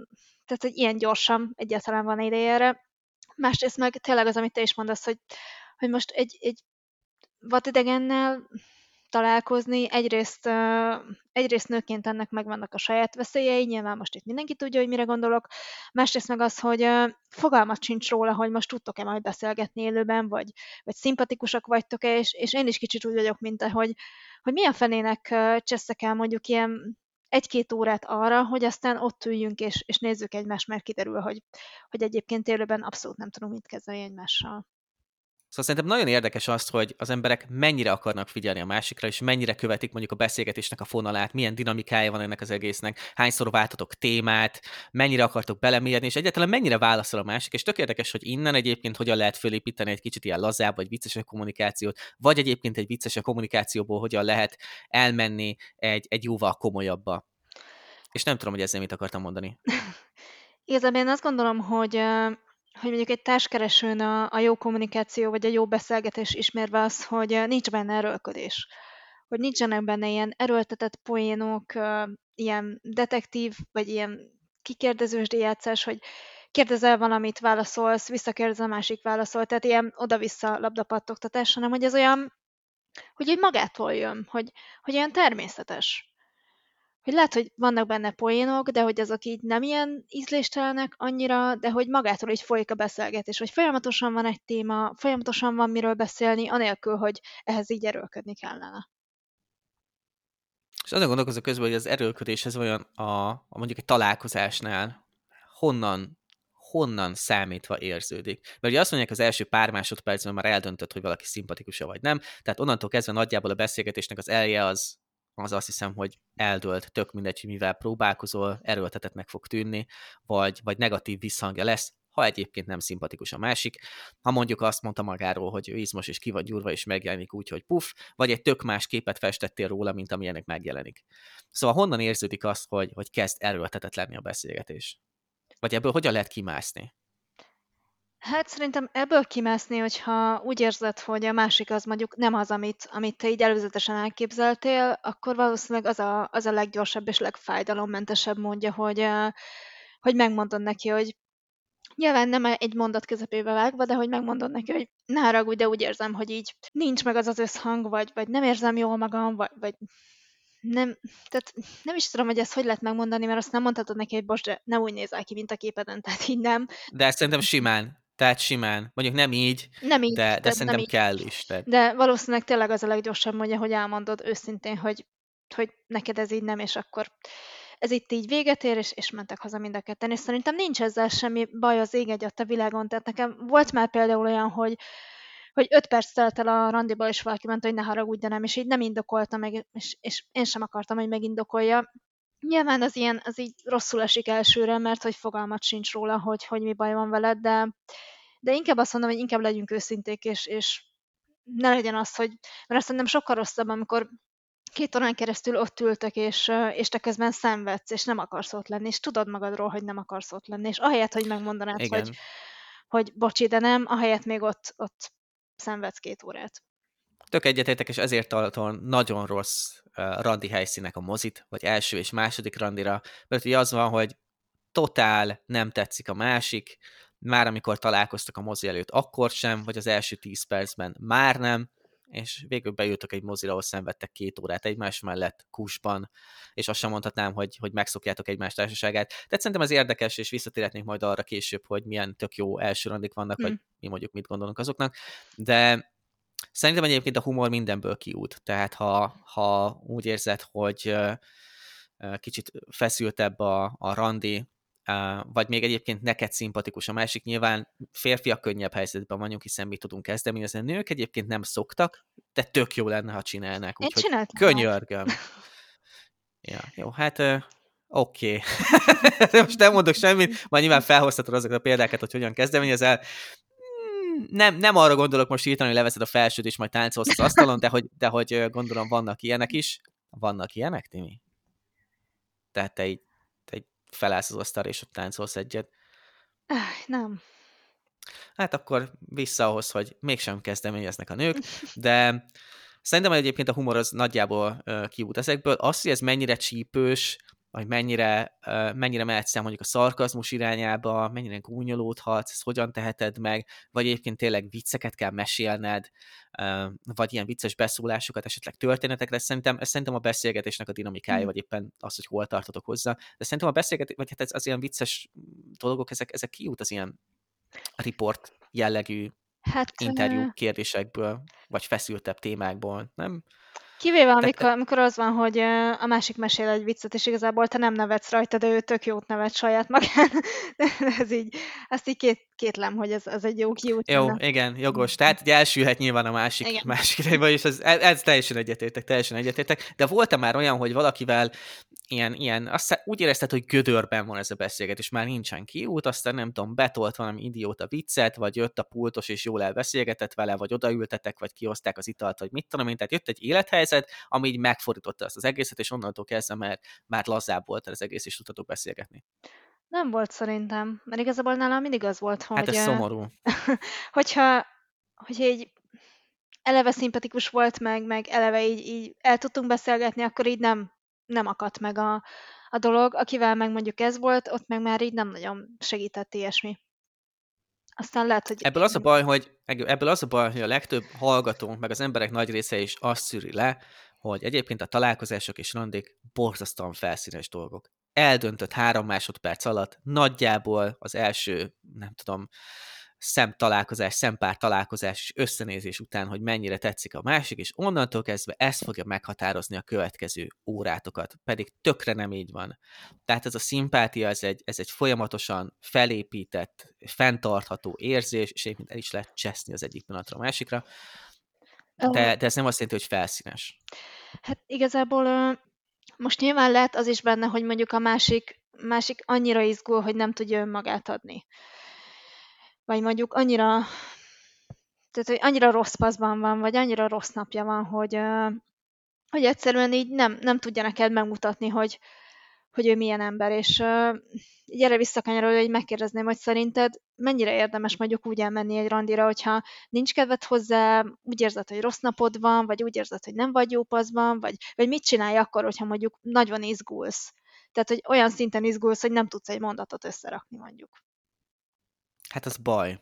tehát, hogy ilyen gyorsan egyáltalán van ideje erre. Másrészt meg tényleg az, amit te is mondasz, hogy, hogy most egy, egy vadidegennel találkozni, egyrészt, uh, egyrészt nőként ennek megvannak a saját veszélyei, nyilván most itt mindenki tudja, hogy mire gondolok, másrészt meg az, hogy uh, fogalmat sincs róla, hogy most tudtok-e majd beszélgetni élőben, vagy, vagy szimpatikusak vagytok-e, és, és én is kicsit úgy vagyok, mint te, hogy, hogy milyen fenének uh, cseszek el mondjuk ilyen egy-két órát arra, hogy aztán ott üljünk és, és nézzük egymást, mert kiderül, hogy, hogy egyébként élőben abszolút nem tudunk mit kezdeni egymással. Szóval szerintem nagyon érdekes az, hogy az emberek mennyire akarnak figyelni a másikra, és mennyire követik mondjuk a beszélgetésnek a fonalát, milyen dinamikája van ennek az egésznek, hányszor váltotok témát, mennyire akartok belemérni, és egyáltalán mennyire válaszol a másik, és tök érdekes, hogy innen egyébként hogyan lehet fölépíteni egy kicsit ilyen lazább, vagy viccesebb kommunikációt, vagy egyébként egy viccesebb kommunikációból hogyan lehet elmenni egy, egy jóval komolyabbba. És nem tudom, hogy ezzel mit akartam mondani. Igazából én azt gondolom, hogy hogy mondjuk egy társkeresőn a, a jó kommunikáció, vagy a jó beszélgetés ismerve az, hogy nincs benne erőlködés. Hogy nincsenek benne ilyen erőltetett poénok, ilyen detektív, vagy ilyen kikérdezős játszás, hogy kérdezel valamit, válaszolsz, visszakérdez a másik válaszol, tehát ilyen oda-vissza labdapattogtatás, hanem hogy ez olyan, hogy így magától jön, hogy, hogy olyan természetes. Hogy lehet, hogy vannak benne poénok, de hogy azok így nem ilyen ízléstelenek annyira, de hogy magától így folyik a beszélgetés, hogy folyamatosan van egy téma, folyamatosan van miről beszélni, anélkül, hogy ehhez így erőlködni kellene. És azon gondolkozok közben, hogy az erőlködéshez olyan a, a mondjuk egy találkozásnál honnan, honnan számítva érződik. Mert ugye azt mondják, az első pár másodpercben már eldöntött, hogy valaki szimpatikus vagy nem, tehát onnantól kezdve nagyjából a beszélgetésnek az elje az, az azt hiszem, hogy eldőlt, tök mindegy, hogy mivel próbálkozol, erőltetettnek fog tűnni, vagy, vagy negatív visszhangja lesz, ha egyébként nem szimpatikus a másik. Ha mondjuk azt mondta magáról, hogy ő izmos és ki vagy gyúrva, és megjelenik úgy, hogy puff, vagy egy tök más képet festettél róla, mint amilyenek megjelenik. Szóval honnan érződik az, hogy, hogy kezd erőltetett lenni a beszélgetés? Vagy ebből hogyan lehet kimászni? Hát szerintem ebből kimászni, hogyha úgy érzed, hogy a másik az mondjuk nem az, amit, amit te így előzetesen elképzeltél, akkor valószínűleg az a, az a leggyorsabb és legfájdalommentesebb módja, hogy, hogy megmondod neki, hogy nyilván nem egy mondat közepébe vágva, de hogy megmondod neki, hogy ne haragudj, de úgy érzem, hogy így nincs meg az az összhang, vagy, vagy nem érzem jól magam, vagy, vagy nem, tehát nem is tudom, hogy ezt hogy lehet megmondani, mert azt nem mondhatod neki, hogy bocs, de ne úgy nézel ki, mint a képeden, tehát így nem. De ezt szerintem simán. Tehát simán. Mondjuk nem így, Nem így, de, de tehát nem szerintem így. kell is. Tehát. De valószínűleg tényleg az a leggyorsabb módja, hogy elmondod őszintén, hogy, hogy neked ez így nem, és akkor ez itt így véget ér, és, és mentek haza mind a ketten. És szerintem nincs ezzel semmi baj az ég egyat a világon. Tehát nekem volt már például olyan, hogy, hogy öt perc telt el a randiból, és valaki mondta, hogy ne haragudj, de nem, és így nem indokolta meg, és, és én sem akartam, hogy megindokolja. Nyilván az ilyen, az így rosszul esik elsőre, mert hogy fogalmat sincs róla, hogy, hogy mi baj van veled, de, de inkább azt mondom, hogy inkább legyünk őszinték, és, és ne legyen az, hogy, mert azt szerintem sokkal rosszabb, amikor két órán keresztül ott ültök, és, és te közben szenvedsz, és nem akarsz ott lenni, és tudod magadról, hogy nem akarsz ott lenni, és ahelyett, hogy megmondanád, Igen. hogy, hogy bocsi, de nem, ahelyett még ott, ott szenvedsz két órát. Tök egyetértek, és ezért tartom nagyon rossz uh, randi helyszínek a mozit, vagy első és második randira, mert ugye az van, hogy totál nem tetszik a másik, már amikor találkoztak a mozi előtt, akkor sem, vagy az első tíz percben már nem, és végül bejutok egy mozira, ahol szenvedtek két órát egymás mellett, kusban, és azt sem mondhatnám, hogy, hogy megszokjátok egymás társaságát. Tehát szerintem ez érdekes, és visszatérhetnénk majd arra később, hogy milyen tök jó első randik vannak, hmm. vagy mi mondjuk mit gondolunk azoknak, de szerintem egyébként a humor mindenből kiút, tehát ha, ha úgy érzed, hogy kicsit feszültebb a, a randi, vagy még egyébként neked szimpatikus a másik, nyilván férfiak könnyebb helyzetben vagyunk, hiszen mi tudunk kezdeményezni. A nők egyébként nem szoktak, de tök jó lenne, ha csinálnák, úgyhogy könyörgöm. Ja, jó, hát oké. Okay. Most nem mondok semmit, majd nyilván felhoztatod azokat a példákat, hogy hogyan kezdeményezel. Nem, nem arra gondolok most írtani, hogy leveszed a felsőt, és majd táncolsz az asztalon, de hogy, de hogy gondolom vannak ilyenek is. Vannak ilyenek, Timi? Tehát te így, te így felállsz az asztalra, és ott táncolsz egyet. Nem. Hát akkor vissza ahhoz, hogy mégsem kezdeményeznek a nők, de szerintem egyébként a humor az nagyjából uh, kiút ezekből. Az, hogy ez mennyire csípős, vagy mennyire, mennyire mehetsz el mondjuk a szarkazmus irányába, mennyire gúnyolódhatsz, ezt hogyan teheted meg, vagy egyébként tényleg vicceket kell mesélned, vagy ilyen vicces beszólásokat, esetleg történetekre. Szerintem, ez szerintem a beszélgetésnek a dinamikája, Hmm. vagy éppen az, hogy hol tartotok hozzá. De szerintem a beszélgetés, vagy hát ez, az ilyen vicces dolgok, ezek, ezek kijut az ilyen riport jellegű Hát interjú kérdésekből, vagy feszültebb témákból, nem? kivéve, Tehát, amikor, amikor az van, hogy a másik mesél egy viccet, és igazából te nem nevetsz rajta, de ő tök jót nevet saját magán. Ez így, azt így két, kétlem, hogy ez, ez egy jó kiút jó, lenne. igen, jogos. Tehát ugye elsülhet nyilván a másik, Igen. másik irányba, és ez, ez teljesen egyetértek, teljesen egyetértek. De volt-e már olyan, hogy valakivel ilyen, ilyen azt úgy érezted, hogy gödörben van ez a beszélgetés, már nincsen kiút, aztán nem tudom, betolt valami idióta viccet, vagy jött a pultos, és jól elbeszélgetett vele, vagy odaültetek, vagy kihozták az italt, vagy mit tudom én. Tehát jött egy élethelyzet, ami így megfordította azt az egészet, és onnantól kezdve már, már lazább volt az egész, és tudtatok beszélgetni. Nem volt szerintem, mert igazából nálam mindig az volt, Hát hogy ez szomorú. hogyha, hogyha így eleve szimpatikus volt meg, meg eleve így, így el tudtunk beszélgetni, akkor így nem, nem akadt meg a, a dolog. Akivel meg mondjuk ez volt, ott meg már így nem nagyon segített ilyesmi. Aztán lehet, hogy... Ebből az a baj, hogy, ebből az a baj, hogy a legtöbb hallgató, meg az emberek nagy része is azt szűri le, hogy egyébként a találkozások és randik borzasztóan felszínes dolgok. Eldöntött három másodperc alatt nagyjából az első, nem tudom, szemtalálkozás, szempár találkozás és összenézés után, hogy mennyire tetszik a másik, és onnantól kezdve ez fogja meghatározni a következő órátokat, pedig tökre nem így van. Tehát ez a szimpátia, ez egy, ez egy folyamatosan felépített, fenntartható érzés, és egyébként el is lehet cseszni az egyik pillanatra a másikra, de, de ez nem azt jelenti, hogy felszínes. Hát igazából most nyilván lehet az is benne, hogy mondjuk a másik, másik annyira izgul, hogy nem tudja önmagát adni. Vagy mondjuk annyira, tehát, hogy annyira rossz paszban van, vagy annyira rossz napja van, hogy, hogy egyszerűen így nem, nem tudja neked megmutatni, hogy, hogy ő milyen ember, és így erre visszakanyarodva, hogy megkérdezném, hogy szerinted mennyire érdemes mondjuk úgy elmenni egy randira, hogyha nincs kedved hozzá, úgy érzed, hogy rossz napod van, vagy úgy érzed, hogy nem vagy jó paszban, vagy, vagy mit csinálj akkor, hogyha mondjuk nagyon izgulsz. Tehát, hogy olyan szinten izgulsz, hogy nem tudsz egy mondatot összerakni mondjuk. Hát az baj.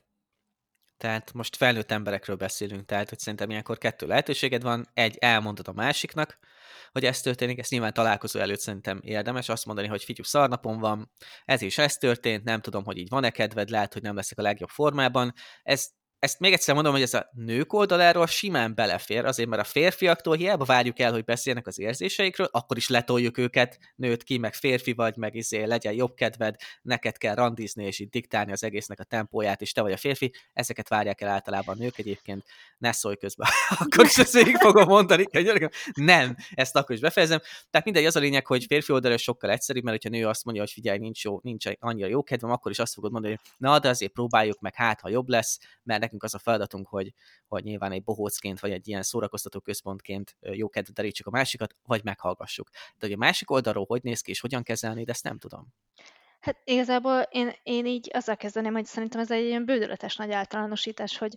Tehát most felnőtt emberekről beszélünk, tehát hogy szerintem ilyenkor kettő lehetőséged van, egy, elmondod a másiknak, hogy ez történik, ezt nyilván találkozó előtt szerintem érdemes azt mondani, hogy figyelj, szarnapom van, ez is ez történt, nem tudom, hogy így van-e kedved, lehet, hogy nem leszek a legjobb formában. Ez, ezt még egyszer mondom, hogy ez a nők oldaláról simán belefér, azért mert a férfiaktól hiába várjuk el, hogy beszélnek az érzéseikről, akkor is letoljuk őket, nőtt ki, meg férfi vagy, meg izé, legyen jobb kedved, neked kell randizni, és így diktálni az egésznek a tempóját, és te vagy a férfi, ezeket várják el általában a nők egyébként, ne szólj közben, akkor is ezt végig fogom mondani, nem, ezt akkor is befejezem. Tehát mindegy, az a lényeg, hogy férfi oldalról sokkal egyszerűbb, mert hogyha nő azt mondja, hogy figyelj, nincs, jó, nincs annyira jó kedvem, akkor is azt fogod mondani, hogy na, de azért próbáljuk meg, hát ha jobb lesz, mert nekünk az a feladatunk, hogy, hogy nyilván egy bohócként, vagy egy ilyen szórakoztató központként jó kedvet derítsük a másikat, vagy meghallgassuk. De hogy a másik oldalról hogy néz ki, és hogyan kezelni, de ezt nem tudom. Hát igazából én, én így azzal kezdeném, hogy szerintem ez egy ilyen bődöletes nagy általánosítás, hogy,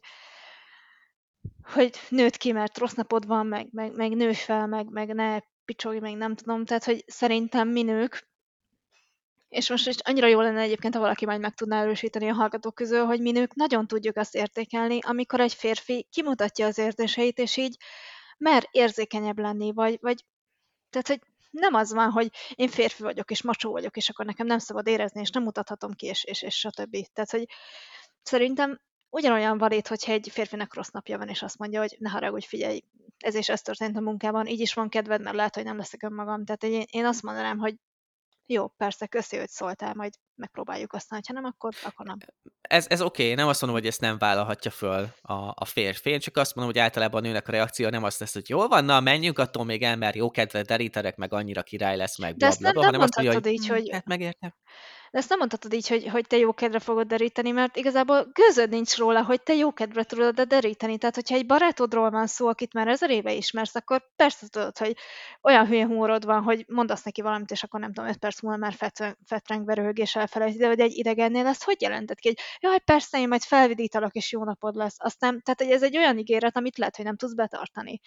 hogy nőtt ki, mert rossz napod van, meg, meg, meg nő fel, meg, meg ne picsogj, meg nem tudom. Tehát, hogy szerintem mi nők, és most is annyira jó lenne egyébként, ha valaki majd meg tudná erősíteni a hallgatók közül, hogy mi nők nagyon tudjuk azt értékelni, amikor egy férfi kimutatja az érzéseit, és így mer érzékenyebb lenni, vagy, vagy tehát, hogy nem az van, hogy én férfi vagyok, és macsó vagyok, és akkor nekem nem szabad érezni, és nem mutathatom ki, és, és, és stb. Tehát, hogy szerintem ugyanolyan valid, hogyha egy férfinek rossz napja van, és azt mondja, hogy ne haragudj, figyelj, ez és ez történt a munkában, így is van kedved, mert lehet, hogy nem leszek önmagam. Tehát én, én azt mondanám, hogy jó, persze, köszi, hogy szóltál, majd megpróbáljuk aztán, ha nem, akkor, akkor nem. Ez, ez oké, okay. Nem azt mondom, hogy ezt nem vállalhatja föl a, a férfi, én csak azt mondom, hogy általában a nőnek a reakció nem azt lesz, hogy jól van, na menjünk attól még el, mert jó kedve deríterek, meg annyira király lesz, meg De ezt nem, blablabla, nem hanem azt mondja, mondhatod hogy így, hogy... hát megértem. De ezt nem mondhatod így, hogy, hogy te jókedvre fogod deríteni, mert igazából gőzöd nincs róla, hogy te jókedvre tudod deríteni. Tehát, hogyha egy barátodról van szó, akit már ezer éve ismersz, akkor persze tudod, hogy olyan hülye humorod van, hogy mondasz neki valamit, és akkor nem tudom, öt perc múlva már fetrengve röhög és elfelejti, de hogy egy idegennél ezt hogy jelented ki? Hogy jaj, persze, én majd felvidítalak, és jó napod lesz. Aztán, tehát hogy ez egy olyan ígéret, amit lehet, hogy nem tudsz betartani.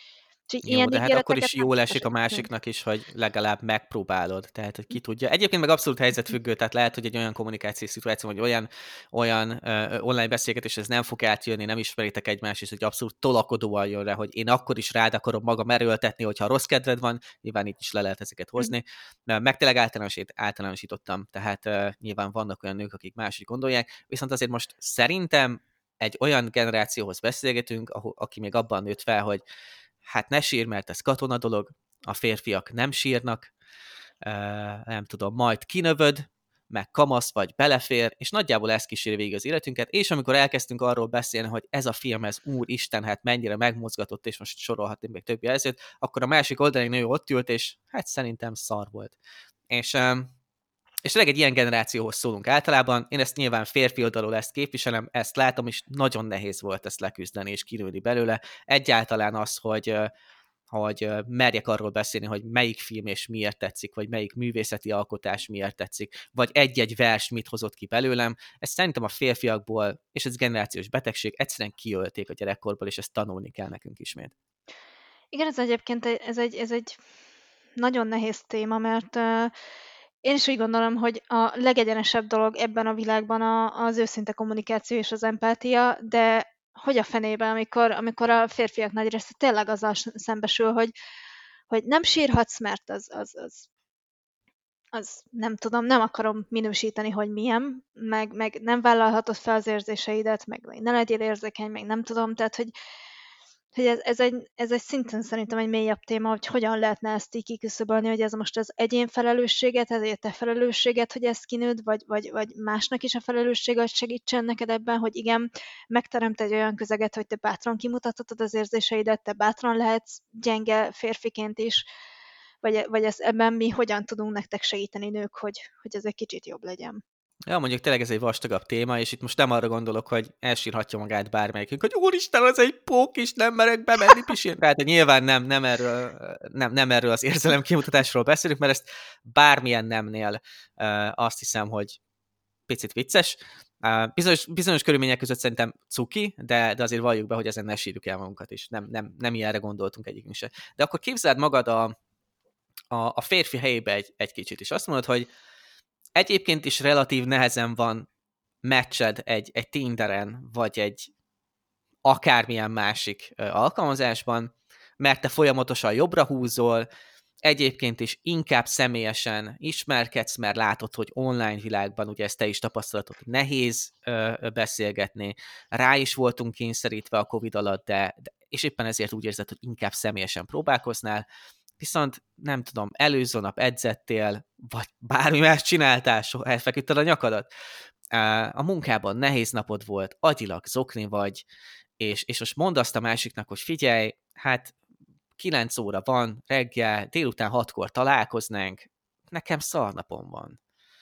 Jó, ilyen de hát akkor ígéreteket is nem jól esik a képesek tenni. másiknak is, hogy legalább megpróbálod. Tehát, hogy ki tudja. Egyébként meg abszolút helyzetfüggő, tehát lehet, hogy egy olyan kommunikációs szituáció, vagy olyan, olyan uh, online beszélgetés, ez nem fog átjönni, nem ismeritek egymást, és hogy abszolút tolakodóan jön rá, hogy én akkor is rád akarom magam erőltetni, hogyha rossz kedved van, nyilván itt is le lehet ezeket hozni. Uh-huh. Meg tényleg általánosít, általánosítottam, tehát uh, nyilván vannak olyan nők, akik máshogy gondolják, viszont azért most szerintem egy olyan generációhoz beszélgetünk, ahol, aki még abban nőtt fel, hogy hát ne sír, mert ez katona dolog, a férfiak nem sírnak, nem tudom, majd kinövöd, meg kamasz vagy belefér, és nagyjából ez kíséri végig az életünket, és amikor elkezdtünk arról beszélni, hogy ez a film, ez úristen, hát mennyire megmozgatott, és most sorolhatnék még többi előtt, akkor a másik oldalon nő ott ült, és hát szerintem szar volt. És És tényleg egy ilyen generációhoz szólunk általában, én ezt nyilván férfi oldalról ezt képviselem, ezt látom, és nagyon nehéz volt ezt leküzdeni és kinőni belőle. Egyáltalán az, hogy, hogy merjek arról beszélni, hogy melyik film és miért tetszik, vagy melyik művészeti alkotás miért tetszik, vagy egy-egy vers mit hozott ki belőlem, ezt szerintem a férfiakból, és ez generációs betegség, egyszerűen kiölték a gyerekkorból, és ezt tanulni kell nekünk ismét. Igen, ez egyébként ez egy, ez egy nagyon nehéz téma, mert uh, én is úgy gondolom, hogy a legegyenesebb dolog ebben a világban a, az őszinte kommunikáció és az empátia, de hogy a fenében, amikor, amikor a férfiak nagy része tényleg azzal szembesül, hogy, hogy nem sírhatsz, mert az, az, az, az nem tudom, nem akarom minősíteni, hogy milyen, meg, meg nem vállalhatod fel az érzéseidet, meg, meg ne legyél érzékeny, meg nem tudom, tehát, hogy hogy ez, ez, egy, ez egy szinten szerintem egy mélyebb téma, hogy hogyan lehetne ezt így kiküszöbölni, hogy ez most az egyén felelősséget, ez a te felelősséget, hogy ezt kinőd, vagy, vagy, vagy másnak is a felelőssége, hogy segítsen neked ebben, hogy igen, megteremt egy olyan közeget, hogy te bátran kimutathatod az érzéseidet, te bátran lehetsz gyenge férfiként is, vagy, vagy ez, ebben mi hogyan tudunk nektek segíteni nők, hogy, hogy ez egy kicsit jobb legyen. Ja, mondjuk tényleg ez egy vastagabb téma, és itt most nem arra gondolok, hogy elsírhatja magát bármelyikünk, hogy úristen, az egy pók, és nem merek bemenni pisírni. Tehát nyilván nem, nem, erről, nem, nem erről az érzelem kimutatásról beszélünk, mert ezt bármilyen nemnél uh, azt hiszem, hogy picit vicces. Uh, bizonyos, bizonyos körülmények között szerintem cuki, de, de azért valljuk be, hogy ezen ne sírjuk el magunkat is. Nem, nem, nem ilyenre gondoltunk egyikünk se. De akkor képzeld magad a, a, a férfi helyébe egy, egy kicsit, és azt mondod, hogy egyébként is relatív nehezen van matched egy, egy Tinderen, vagy egy akármilyen másik alkalmazásban, mert te folyamatosan jobbra húzol, egyébként is inkább személyesen ismerkedsz, mert látod, hogy online világban, ugye ezt te is tapasztalatod, hogy nehéz ö, beszélgetni, rá is voltunk kényszerítve a Covid alatt, de, de és éppen ezért úgy érzed, hogy inkább személyesen próbálkoznál, viszont nem tudom, előző nap edzettél, vagy bármi más csináltál, elfeküdted a nyakadat. A munkában nehéz napod volt, agyilag zokni vagy, és, és most mondd azt a másiknak, hogy figyelj, hát kilenc óra van, reggel, délután hatkor találkoznánk, nekem szarnapom van.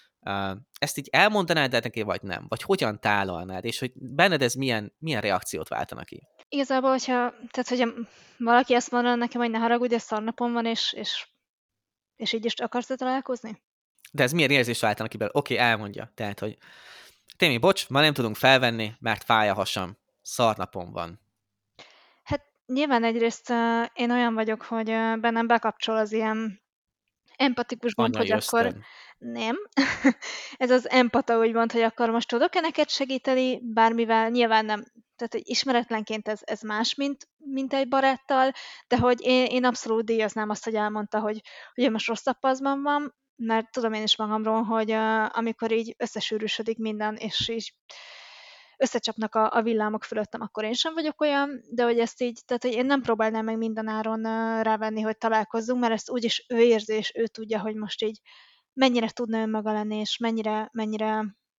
Ezt így elmondanád de neki, vagy nem? Vagy hogyan tálalnád, és hogy benned ez milyen, milyen reakciót váltana ki? Igazából, hogyha, tehát, hogyha valaki azt mondaná nekem, hogy ne haragudj, ez szarnapom van, és, és, és így is akarsz találkozni? De ez milyen érzést váltana ki belőle? Oké, okay, elmondja. Tehát, hogy Témi, bocs, ma nem tudunk felvenni, mert fáj a hasam. Szarnapom van. Hát nyilván egyrészt uh, én olyan vagyok, hogy uh, bennem bekapcsol az ilyen empatikus gond, hogy ösztön. Akkor nem. Ez az empata úgymond, hogy akkor most tudok-e neked segíteni bármivel, nyilván nem. Tehát, hogy ismeretlenként ez, ez más, mint, mint egy baráttal, de hogy én, én abszolút díjaznám azt, hogy elmondta, hogy ugye most rosszabb paszban van, mert tudom én is magamról, hogy uh, amikor így összesűrűsödik minden, és így összecsapnak a, a villámok fölöttem, akkor én sem vagyok olyan, de hogy ezt így, tehát hogy én nem próbálnám meg mindenáron uh, rávenni, hogy találkozzunk, mert ezt úgyis ő érzi, és ő tudja, hogy most így mennyire tudna önmaga lenni, és mennyire, mennyire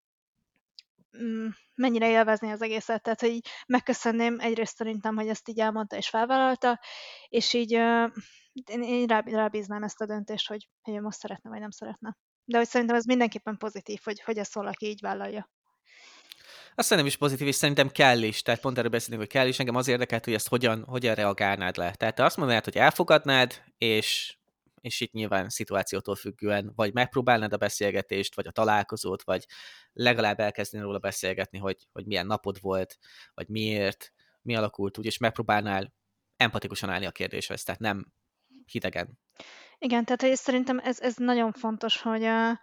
mm, mennyire élvezni az egészet. Tehát, hogy így megköszönném egyrészt szerintem, hogy ezt így elmondta és felvállalta, és így uh, én, én rá, rábíznám ezt a döntést, hogy, hogy ő most szeretne, vagy nem szeretne. De hogy szerintem ez mindenképpen pozitív, hogy, hogy ezt valaki így vállalja. Azt szerintem is pozitív, és szerintem kell is. Tehát pont erről beszélünk, hogy kell is. Engem az érdekelt, hogy ezt hogyan, hogyan reagálnád le. Tehát te azt mondanád, hogy elfogadnád, és, és itt nyilván szituációtól függően vagy megpróbálnád a beszélgetést, vagy a találkozót, vagy legalább elkezdeni róla beszélgetni, hogy, hogy milyen napod volt, vagy miért, mi alakult úgy, és megpróbálnál empatikusan állni a kérdéshez, tehát nem hidegen. Igen, tehát hogy szerintem ez, ez nagyon fontos, hogy, uh,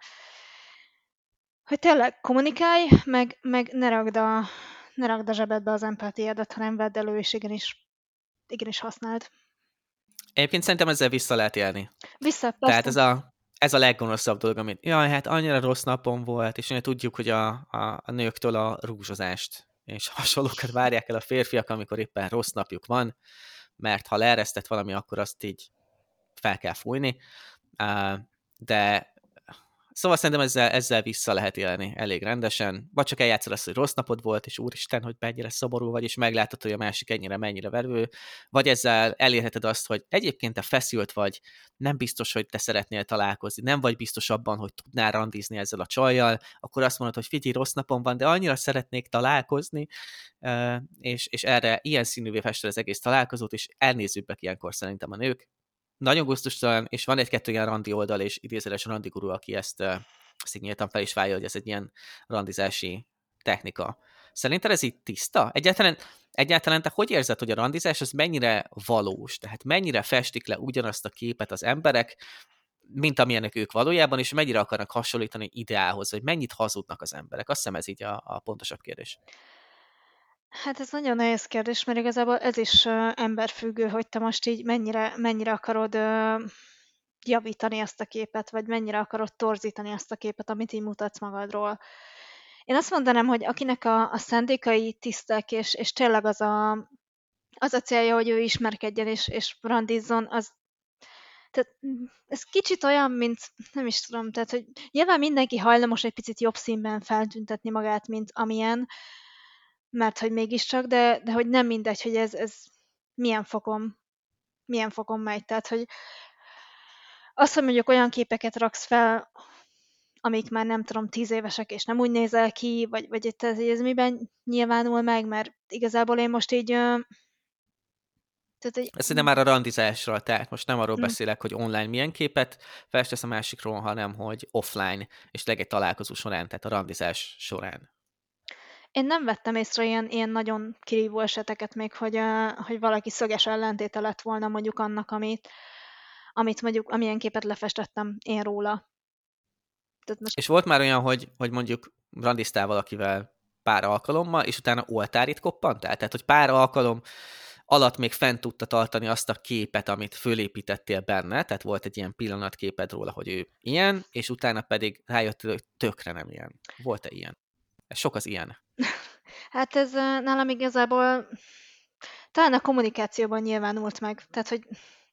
hogy tényleg kommunikálj, meg, meg ne ragd a, ne ragd a zsebedbe az empátiádat, hanem vedd elő, és igenis, igenis használd. Egyébként szerintem ezzel vissza lehet élni. Vissza, Tehát persze. ez a, ez a leggonoszabb dolog, amit jaj, hát annyira rossz napom volt, és ugye tudjuk, hogy a, a, a nőktől a rúzsozást és hasonlókat várják el a férfiak, amikor éppen rossz napjuk van, mert ha leeresztett valami, akkor azt így fel kell fújni. Uh, de szóval szerintem ezzel, ezzel vissza lehet élni elég rendesen. Vagy csak eljátszod azt, hogy rossz napod volt, és úristen, hogy mennyire szomorú vagy, és meglátod, hogy a másik ennyire mennyire verő. Vagy ezzel elérheted azt, hogy egyébként te feszült vagy, nem biztos, hogy te szeretnél találkozni, nem vagy biztos abban, hogy tudnál randizni ezzel a csajjal, akkor azt mondod, hogy figyelj, rossz napom van, de annyira szeretnék találkozni, és, és erre ilyen színűvé fested az egész találkozót, és elnézőbbek ilyenkor szerintem a nők. Nagyon gusztustalan, és van egy-kettő ilyen randi oldal, és idézőes randi guru, aki ezt, uh, ezt így nyíltan fel is válja, hogy ez egy ilyen randizási technika. Szerinted ez így tiszta? Egyáltalán, egyáltalán te hogy érzed, hogy a randizás az mennyire valós? Tehát mennyire festik le ugyanazt a képet az emberek, mint amilyenek ők valójában, és mennyire akarnak hasonlítani ideálhoz, hogy mennyit hazudnak az emberek? Azt hiszem ez így a, a pontosabb kérdés. Hát ez nagyon nehéz kérdés, mert igazából ez is uh, emberfüggő, hogy te most így mennyire, mennyire akarod uh, javítani azt a képet, vagy mennyire akarod torzítani azt a képet, amit így mutatsz magadról. Én azt mondanám, hogy akinek a, a szándékai tiszták, és, és tényleg az a, az a célja, hogy ő ismerkedjen és, és randizzon, az tehát ez kicsit olyan, mint nem is tudom, tehát hogy nyilván mindenki hajlamos egy picit jobb színben feltüntetni magát, mint amilyen, mert hogy mégiscsak, de, de hogy nem mindegy, hogy ez, ez milyen fokon, milyen fokon megy. Tehát, hogy azt, hogy mondjuk olyan képeket raksz fel, amik már nem tudom, tíz évesek, és nem úgy nézel ki, vagy, vagy itt ez, ez miben nyilvánul meg, mert igazából én most így... ö, Tehát, egy, Ez szerintem már a randizásról, tehát most nem arról hm, beszélek, hogy online milyen képet festesz a másikról, hanem hogy offline, és legegy találkozó során, tehát a randizás során. én nem vettem észre ilyen, ilyen nagyon kirívó eseteket még, hogy, ö, hogy valaki szöges ellentéte lett volna mondjuk annak, amit, amit mondjuk, amilyen képet lefestettem én róla. Tehát most És volt már olyan, hogy, hogy mondjuk randiztál valakivel pár alkalommal, és utána oltárit koppantál? Tehát, hogy pár alkalom alatt még fent tudta tartani azt a képet, amit fölépítettél benne, tehát volt egy ilyen pillanatképed róla, hogy ő ilyen, és utána pedig rájöttél, hogy tökre nem ilyen. Volt-e ilyen? Ez sok az ilyen. hát ez ö, nálam igazából talán a kommunikációban nyilvánult meg. Tehát, hogy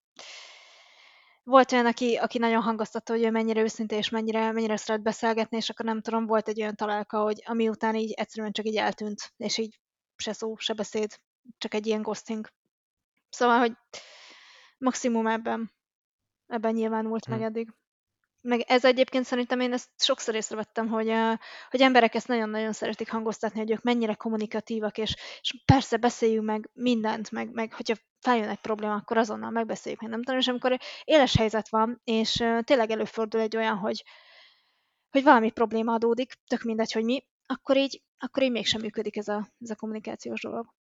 volt olyan, aki, aki nagyon hangoztatta, hogy ő mennyire őszinte, és mennyire, mennyire szeret beszélgetni, és akkor nem tudom, volt egy olyan találka, hogy ami után így egyszerűen csak így eltűnt, és így se szó, se beszéd, csak egy ilyen ghosting. Szóval, hogy maximum ebben, ebben nyilvánult meg Hm. eddig. Meg ez egyébként szerintem én ezt sokszor észrevettem, hogy, uh, hogy emberek ezt nagyon-nagyon szeretik hangoztatni, hogy ők mennyire kommunikatívak, és, és persze beszéljünk meg mindent, meg, meg hogyha feljön egy probléma, akkor azonnal megbeszéljük, meg nem tudom, és amikor éles helyzet van, és uh, tényleg előfordul egy olyan, hogy, hogy valami probléma adódik, tök mindegy, hogy mi, akkor így, akkor így mégsem működik ez a, ez a kommunikációs dolog.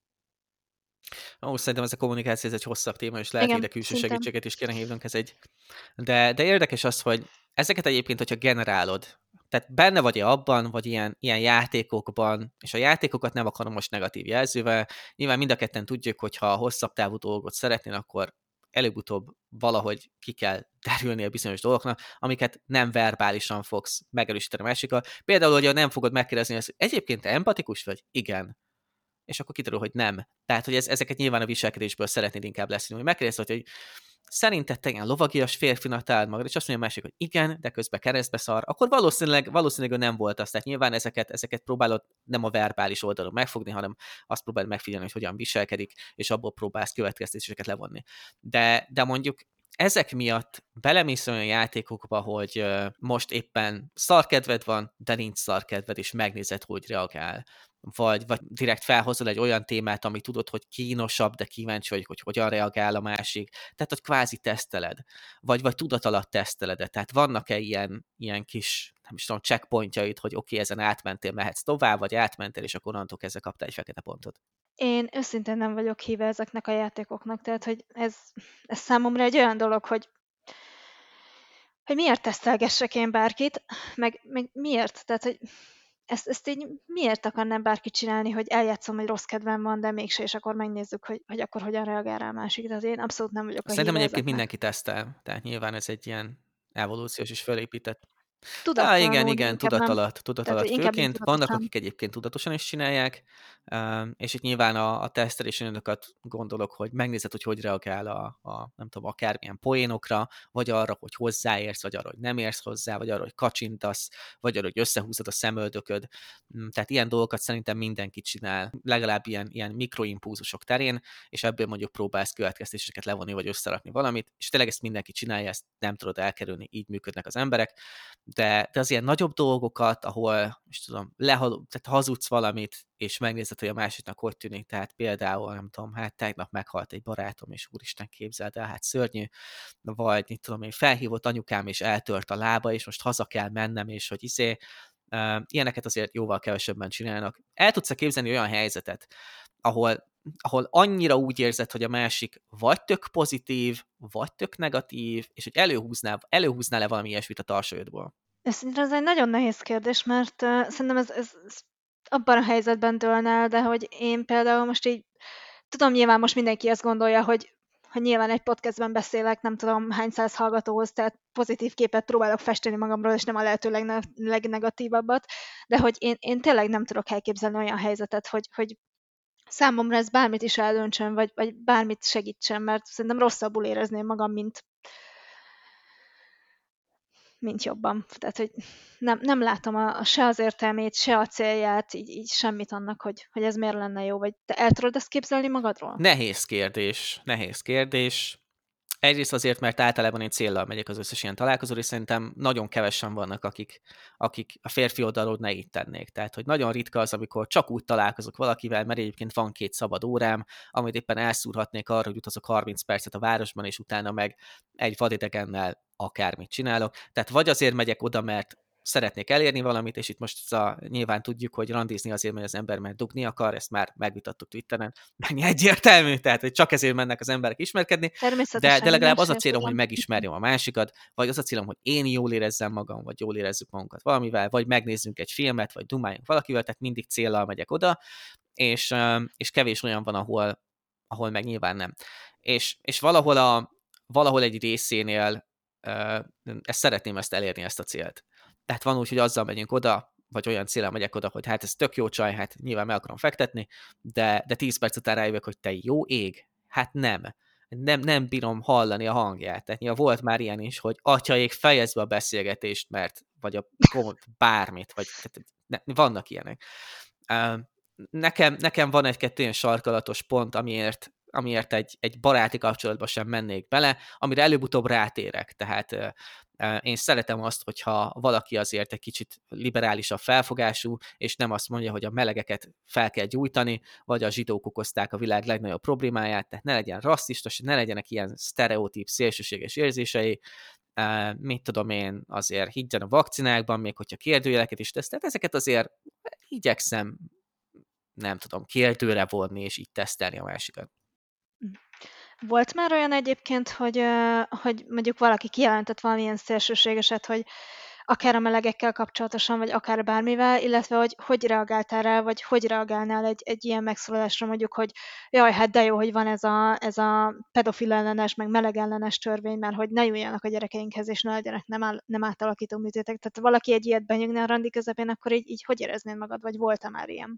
Ó, szerintem ez a kommunikáció ez egy hosszabb téma, és lehet, hogy ide Igen, külső szintén. segítséget is kéne hívnunk, ez egy... De, de érdekes az, hogy ezeket egyébként, hogyha generálod, tehát benne vagy-e abban, vagy ilyen, ilyen játékokban, és a játékokat nem akarom most negatív jelzővel, nyilván mind a ketten tudjuk, hogy ha hosszabb távú dolgot szeretnél, akkor előbb-utóbb valahogy ki kell derülni a bizonyos dolgoknak, amiket nem verbálisan fogsz megerősíteni a másikkal. Például, hogy nem fogod megkérdezni, hogy egyébként te empatikus vagy? Igen. És akkor kiderül, hogy nem. Tehát, hogy ez, ezeket nyilván a viselkedésből szeretnéd inkább leszínni, hogy megkérdezed, hogy szerinted te ilyen lovagias férfinak találd magad, és azt mondja a másik, hogy igen, de közben keresztbe szar, akkor valószínűleg, valószínűleg ő nem volt az. Tehát nyilván ezeket, ezeket próbálod nem a verbális oldalon megfogni, hanem azt próbálod megfigyelni, hogy hogyan viselkedik, és abból próbálsz következtetéseket levonni. De, de mondjuk ezek miatt belemész olyan játékokba, hogy uh, most éppen szarkedved van, de nincs szarkedved, és megnézed, hogy reagál. Vagy, vagy direkt felhozol egy olyan témát, ami tudod, hogy kínosabb, de kíváncsi vagy, hogy hogyan reagál a másik. Tehát, hogy kvázi teszteled. Vagy, vagy tudat alatt teszteled. Tehát vannak-e ilyen, ilyen kis, nem is tudom, checkpointjaid, hogy oké, okay, ezen átmentél, mehetsz tovább, vagy átmentél, és akkor onnantól kezdve kaptál egy fekete pontot. Én őszintén nem vagyok híve ezeknek a játékoknak, tehát hogy ez, ez számomra egy olyan dolog, hogy hogy miért tesztelgessek én bárkit, meg, meg miért, tehát hogy ezt, ezt így miért akarnám bárki csinálni, hogy eljátszom, hogy rossz kedvem van, de mégse, és akkor megnézzük, hogy, hogy akkor hogyan reagál rá a másik. Tehát én abszolút nem vagyok a Szerintem híve egyébként ezeknek. mindenki tesztel, tehát nyilván ez egy ilyen evolúciós és fölépített. Á, igen, Tudatlanul, igen, inkább tudat nem. alatt, tudat Tehát, hogy alatt inkább nem főként. Vannak, tudatosan. akik egyébként tudatosan is csinálják, üm, és itt nyilván a, a tesztelésen önöket gondolok, hogy megnézed, hogy hogy reagál a, a, nem tudom, akármilyen poénokra, vagy arra, hogy hozzáérsz, vagy arra, hogy nem érsz hozzá, vagy arra, hogy kacsintasz, vagy arra, hogy összehúzod a szemöldököd. Mm, Tehát ilyen dolgokat szerintem mindenki csinál, legalább ilyen, ilyen mikroimpulzusok terén, és ebből mondjuk próbálsz következtetéseket levonni, vagy összerakni valamit, és tényleg ezt mindenki csinálja, ezt nem tudod elkerülni, így működnek az emberek. De, de az ilyen nagyobb dolgokat, ahol, most tudom, lehal, tehát hazudsz valamit, és megnézed, hogy a másiknak hogy tűnik, tehát például, nem tudom, hát tegnap meghalt egy barátom, és úristen képzeld el, hát szörnyű, vagy, mit tudom én, felhívott anyukám, és eltört a lába, és most haza kell mennem, és hogy izé, uh, ilyeneket azért jóval kevesebben csinálnak. El tudsz képzelni olyan helyzetet, ahol ahol annyira úgy érzed, hogy a másik vagy tök pozitív, vagy tök negatív, és hogy előhúznál, előhúznál-e valami ilyesmit a tarsolyodból? Ez szerintem ez egy nagyon nehéz kérdés, mert uh, szerintem ez, ez, ez abban a helyzetben dőlne el, de hogy én például most így, tudom, nyilván most mindenki azt gondolja, hogy hogy nyilván egy podcastben beszélek, nem tudom hány száz hallgatóhoz, tehát pozitív képet próbálok festeni magamról, és nem a lehető legne, legnegatívabbat, de hogy én, én tényleg nem tudok elképzelni olyan helyzetet, hogy, hogy számomra ez bármit is eldöntsön, vagy, vagy bármit segítsen, mert szerintem rosszabbul érezném magam, mint, mint jobban. Tehát, hogy nem, nem látom a, a, se az értelmét, se a célját, így, így semmit annak, hogy, hogy ez miért lenne jó. Vagy te el tudod ezt képzelni magadról? Nehéz kérdés, nehéz kérdés. Egyrészt azért, mert általában én céllal megyek az összes ilyen találkozóra, és szerintem nagyon kevesen vannak, akik, akik a férfi oldalról ne így tennék. Tehát, hogy nagyon ritka az, amikor csak úgy találkozok valakivel, mert egyébként van két szabad órám, amit éppen elszúrhatnék arra, hogy utazok harminc percet a városban, és utána meg egy vadidegennel akármit csinálok. Tehát vagy azért megyek oda, mert szeretnék elérni valamit, és itt most a, nyilván tudjuk, hogy randizni azért, mert az ember már dugni akar, ezt már megvitattuk Twitteren, meg egyértelmű, tehát hogy csak ezért mennek az emberek ismerkedni, de, de Természetesen, legalább nem az a célom, hogy sértődöm. megismerjem a másikat, vagy az a célom, hogy én jól érezzem magam, vagy jól érezzük magunkat valamivel, vagy megnézzünk egy filmet, vagy dumáljunk valakivel, tehát mindig céllal megyek oda, és, és kevés olyan van, ahol, ahol meg nyilván nem. És, és valahol, a, valahol egy részénél ezt szeretném ezt elérni, ezt a célt. Tehát van úgy, hogy azzal megyünk oda, vagy olyan célra megyek oda, hogy hát ez tök jó csaj, hát nyilván meg akarom fektetni, de, de tíz perc után rájövök, hogy te jó ég. Hát nem. Nem, nem bírom hallani a hangját. Tehát nyilván volt már ilyen is, hogy atyaik, fejezd be a beszélgetést, mert vagy a bármit, vagy tehát, ne, vannak ilyenek. Nekem, nekem van egy-kettő ilyen sarkalatos pont, amiért amiért egy, egy baráti kapcsolatba sem mennék bele, amire előbb-utóbb rátérek. Tehát én szeretem azt, hogyha valaki azért egy kicsit liberálisabb felfogású, és nem azt mondja, hogy a melegeket fel kell gyújtani, vagy a zsidók okozták a világ legnagyobb problémáját, tehát ne legyen rasszista, ne legyenek ilyen sztereotíp, szélsőséges érzései, mit tudom én, azért higgyen a vakcinákban, még hogyha kérdőjeleket is tesz, tehát ezeket azért igyekszem, nem tudom, kérdőre vonni, és így tesztelni a másikat. Volt már olyan egyébként, hogy, hogy mondjuk valaki kijelentett valamilyen szélsőségeset, hogy akár a melegekkel kapcsolatosan, vagy akár bármivel, illetve hogy hogy reagáltál rá, vagy hogy reagálnál egy, egy ilyen megszólalásra, mondjuk, hogy jaj, hát de jó, hogy van ez a, ez a pedofil ellenes, meg meleg ellenes törvény, mert hogy ne jöjjenek a gyerekeinkhez, és ne legyenek nem, áll, nem átalakító műtétek. Tehát valaki egy ilyet benyögne a randi közepén, akkor így, így hogy éreznéd magad, vagy volt-e már ilyen?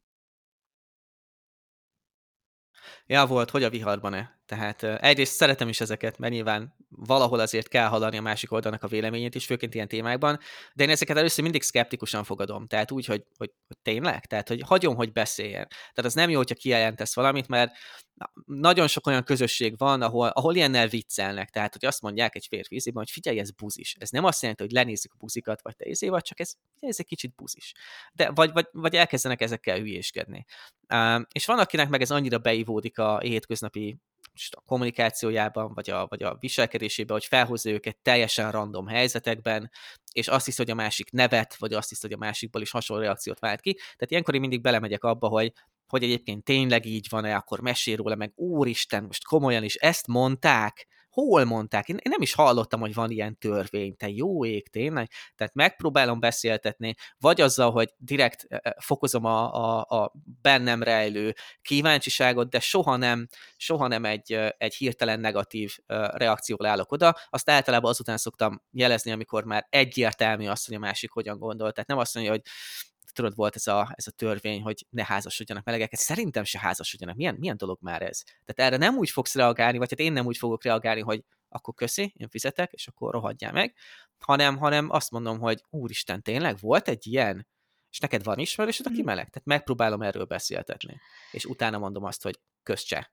Ja, volt, hogy a viharban-e. Tehát egyrészt szeretem is ezeket, mert nyilván valahol azért kell hallani a másik oldalnak a véleményét is, főként ilyen témákban, de én ezeket először mindig szkeptikusan fogadom. Tehát úgy, hogy, hogy, hogy tényleg? Tehát, hogy hagyom, hogy beszéljen. Tehát az nem jó, hogyha kijelentesz valamit, mert nagyon sok olyan közösség van, ahol, ahol ilyennel viccelnek. Tehát, hogy azt mondják egy férfi ízében, hogy figyelj, ez buzis. Ez nem azt jelenti, hogy lenézzük a buzikat, vagy te izé vagy, csak ez, ez egy kicsit buzis. De, vagy, vagy, vagy elkezdenek ezekkel hülyéskedni. Um, és van, akinek meg ez annyira beivódik a hétköznapi a kommunikációjában, vagy a, vagy a viselkedésében, hogy felhozza őket teljesen random helyzetekben, és azt hisz, hogy a másik nevet, vagy azt hisz, hogy a másikból is hasonló reakciót vált ki. Tehát ilyenkor én mindig belemegyek abba, hogy hogy egyébként tényleg így van-e, akkor mesél róla, meg úristen, most komolyan is ezt mondták, hol mondták? Én, én nem is hallottam, hogy van ilyen törvény, te jó ég, tényleg? Tehát megpróbálom beszéltetni, vagy azzal, hogy direkt fokozom a, a, a bennem rejlő kíváncsiságot, de soha nem, soha nem egy, egy hirtelen negatív reakcióval állok oda. Azt általában azután szoktam jelezni, amikor már egyértelmű az, hogy a másik hogyan gondol. Tehát nem azt mondja, hogy tudod, volt ez a, ez a törvény, hogy ne házasodjanak melegek, szerintem se házasodjanak. Milyen, milyen dolog már ez? Tehát erre nem úgy fogsz reagálni, vagy hát én nem úgy fogok reagálni, hogy akkor köszi, én fizetek, és akkor rohadjál meg, hanem, hanem azt mondom, hogy úristen, tényleg volt egy ilyen? És neked van ismerősöd, aki meleg? Tehát megpróbálom erről beszéltetni. És utána mondom azt, hogy kösz cseh.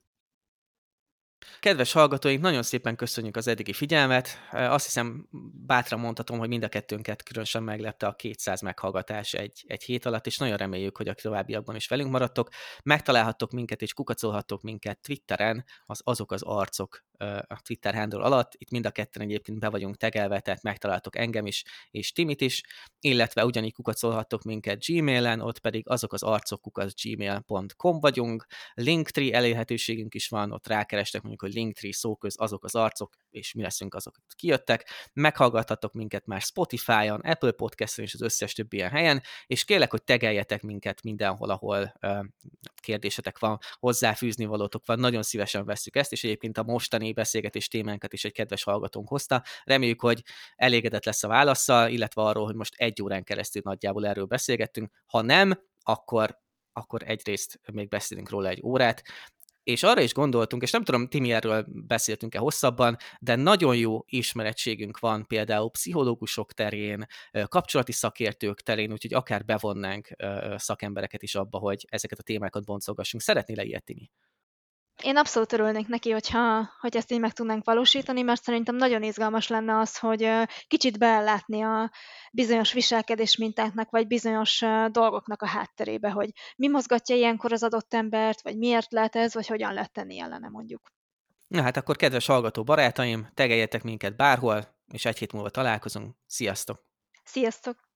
Kedves hallgatóink, nagyon szépen köszönjük az eddigi figyelmet. Azt hiszem, bátran mondhatom, hogy mind a kettőnket különösen meglepte a kétszáz meghallgatás egy, egy hét alatt, és nagyon reméljük, hogy a továbbiakban is velünk maradtok. Megtalálhattok minket, és kukacolhattok minket Twitteren, az azok az arcok a Twitter handle alatt. Itt mind a ketten egyébként be vagyunk tegelve, tehát megtaláltok engem is, és Timit is, illetve ugyanígy kukacolhattok minket Gmailen, ott pedig azok az arcok kukac gmail pont com vagyunk. Linktree elérhetőségünk is van, ott rákerestek mondjuk, hogy Linktree szóköz azok az arcok, és mi leszünk azok, akik kijöttek. Meghallgathatok minket már Spotify-on, Apple Podcast-on és az összes többi ilyen helyen, és kérlek, hogy tegeljetek minket mindenhol, ahol uh, kérdésetek van, hozzáfűzni valótok van, nagyon szívesen vesszük ezt, és egyébként a mostani beszélgetés témánkat is egy kedves hallgatónk hozta. Reméljük, hogy elégedett lesz a válasszal, illetve arról, hogy most egy órán keresztül nagyjából erről beszélgettünk. Ha nem, akkor, akkor egyrészt még beszélünk róla egy órát, és arra is gondoltunk, és nem tudom, Timi, erről beszéltünk-e hosszabban, de nagyon jó ismerettségünk van például pszichológusok terén, kapcsolati szakértők terén, úgyhogy akár bevonnánk szakembereket is abba, hogy ezeket a témákat boncolgassunk. Szeretnél-e ilyet, Timi? Én abszolút örülnék neki, hogyha, hogy ezt így meg tudnánk valósítani, mert szerintem nagyon izgalmas lenne az, hogy kicsit beellátni a bizonyos viselkedés mintáknak, vagy bizonyos dolgoknak a hátterébe, hogy mi mozgatja ilyenkor az adott embert, vagy miért lehet ez, vagy hogyan lehet tenni ellene, mondjuk. Na hát akkor, kedves hallgató barátaim, tegeljetek minket bárhol, és egy hét múlva találkozunk. Sziasztok! Sziasztok!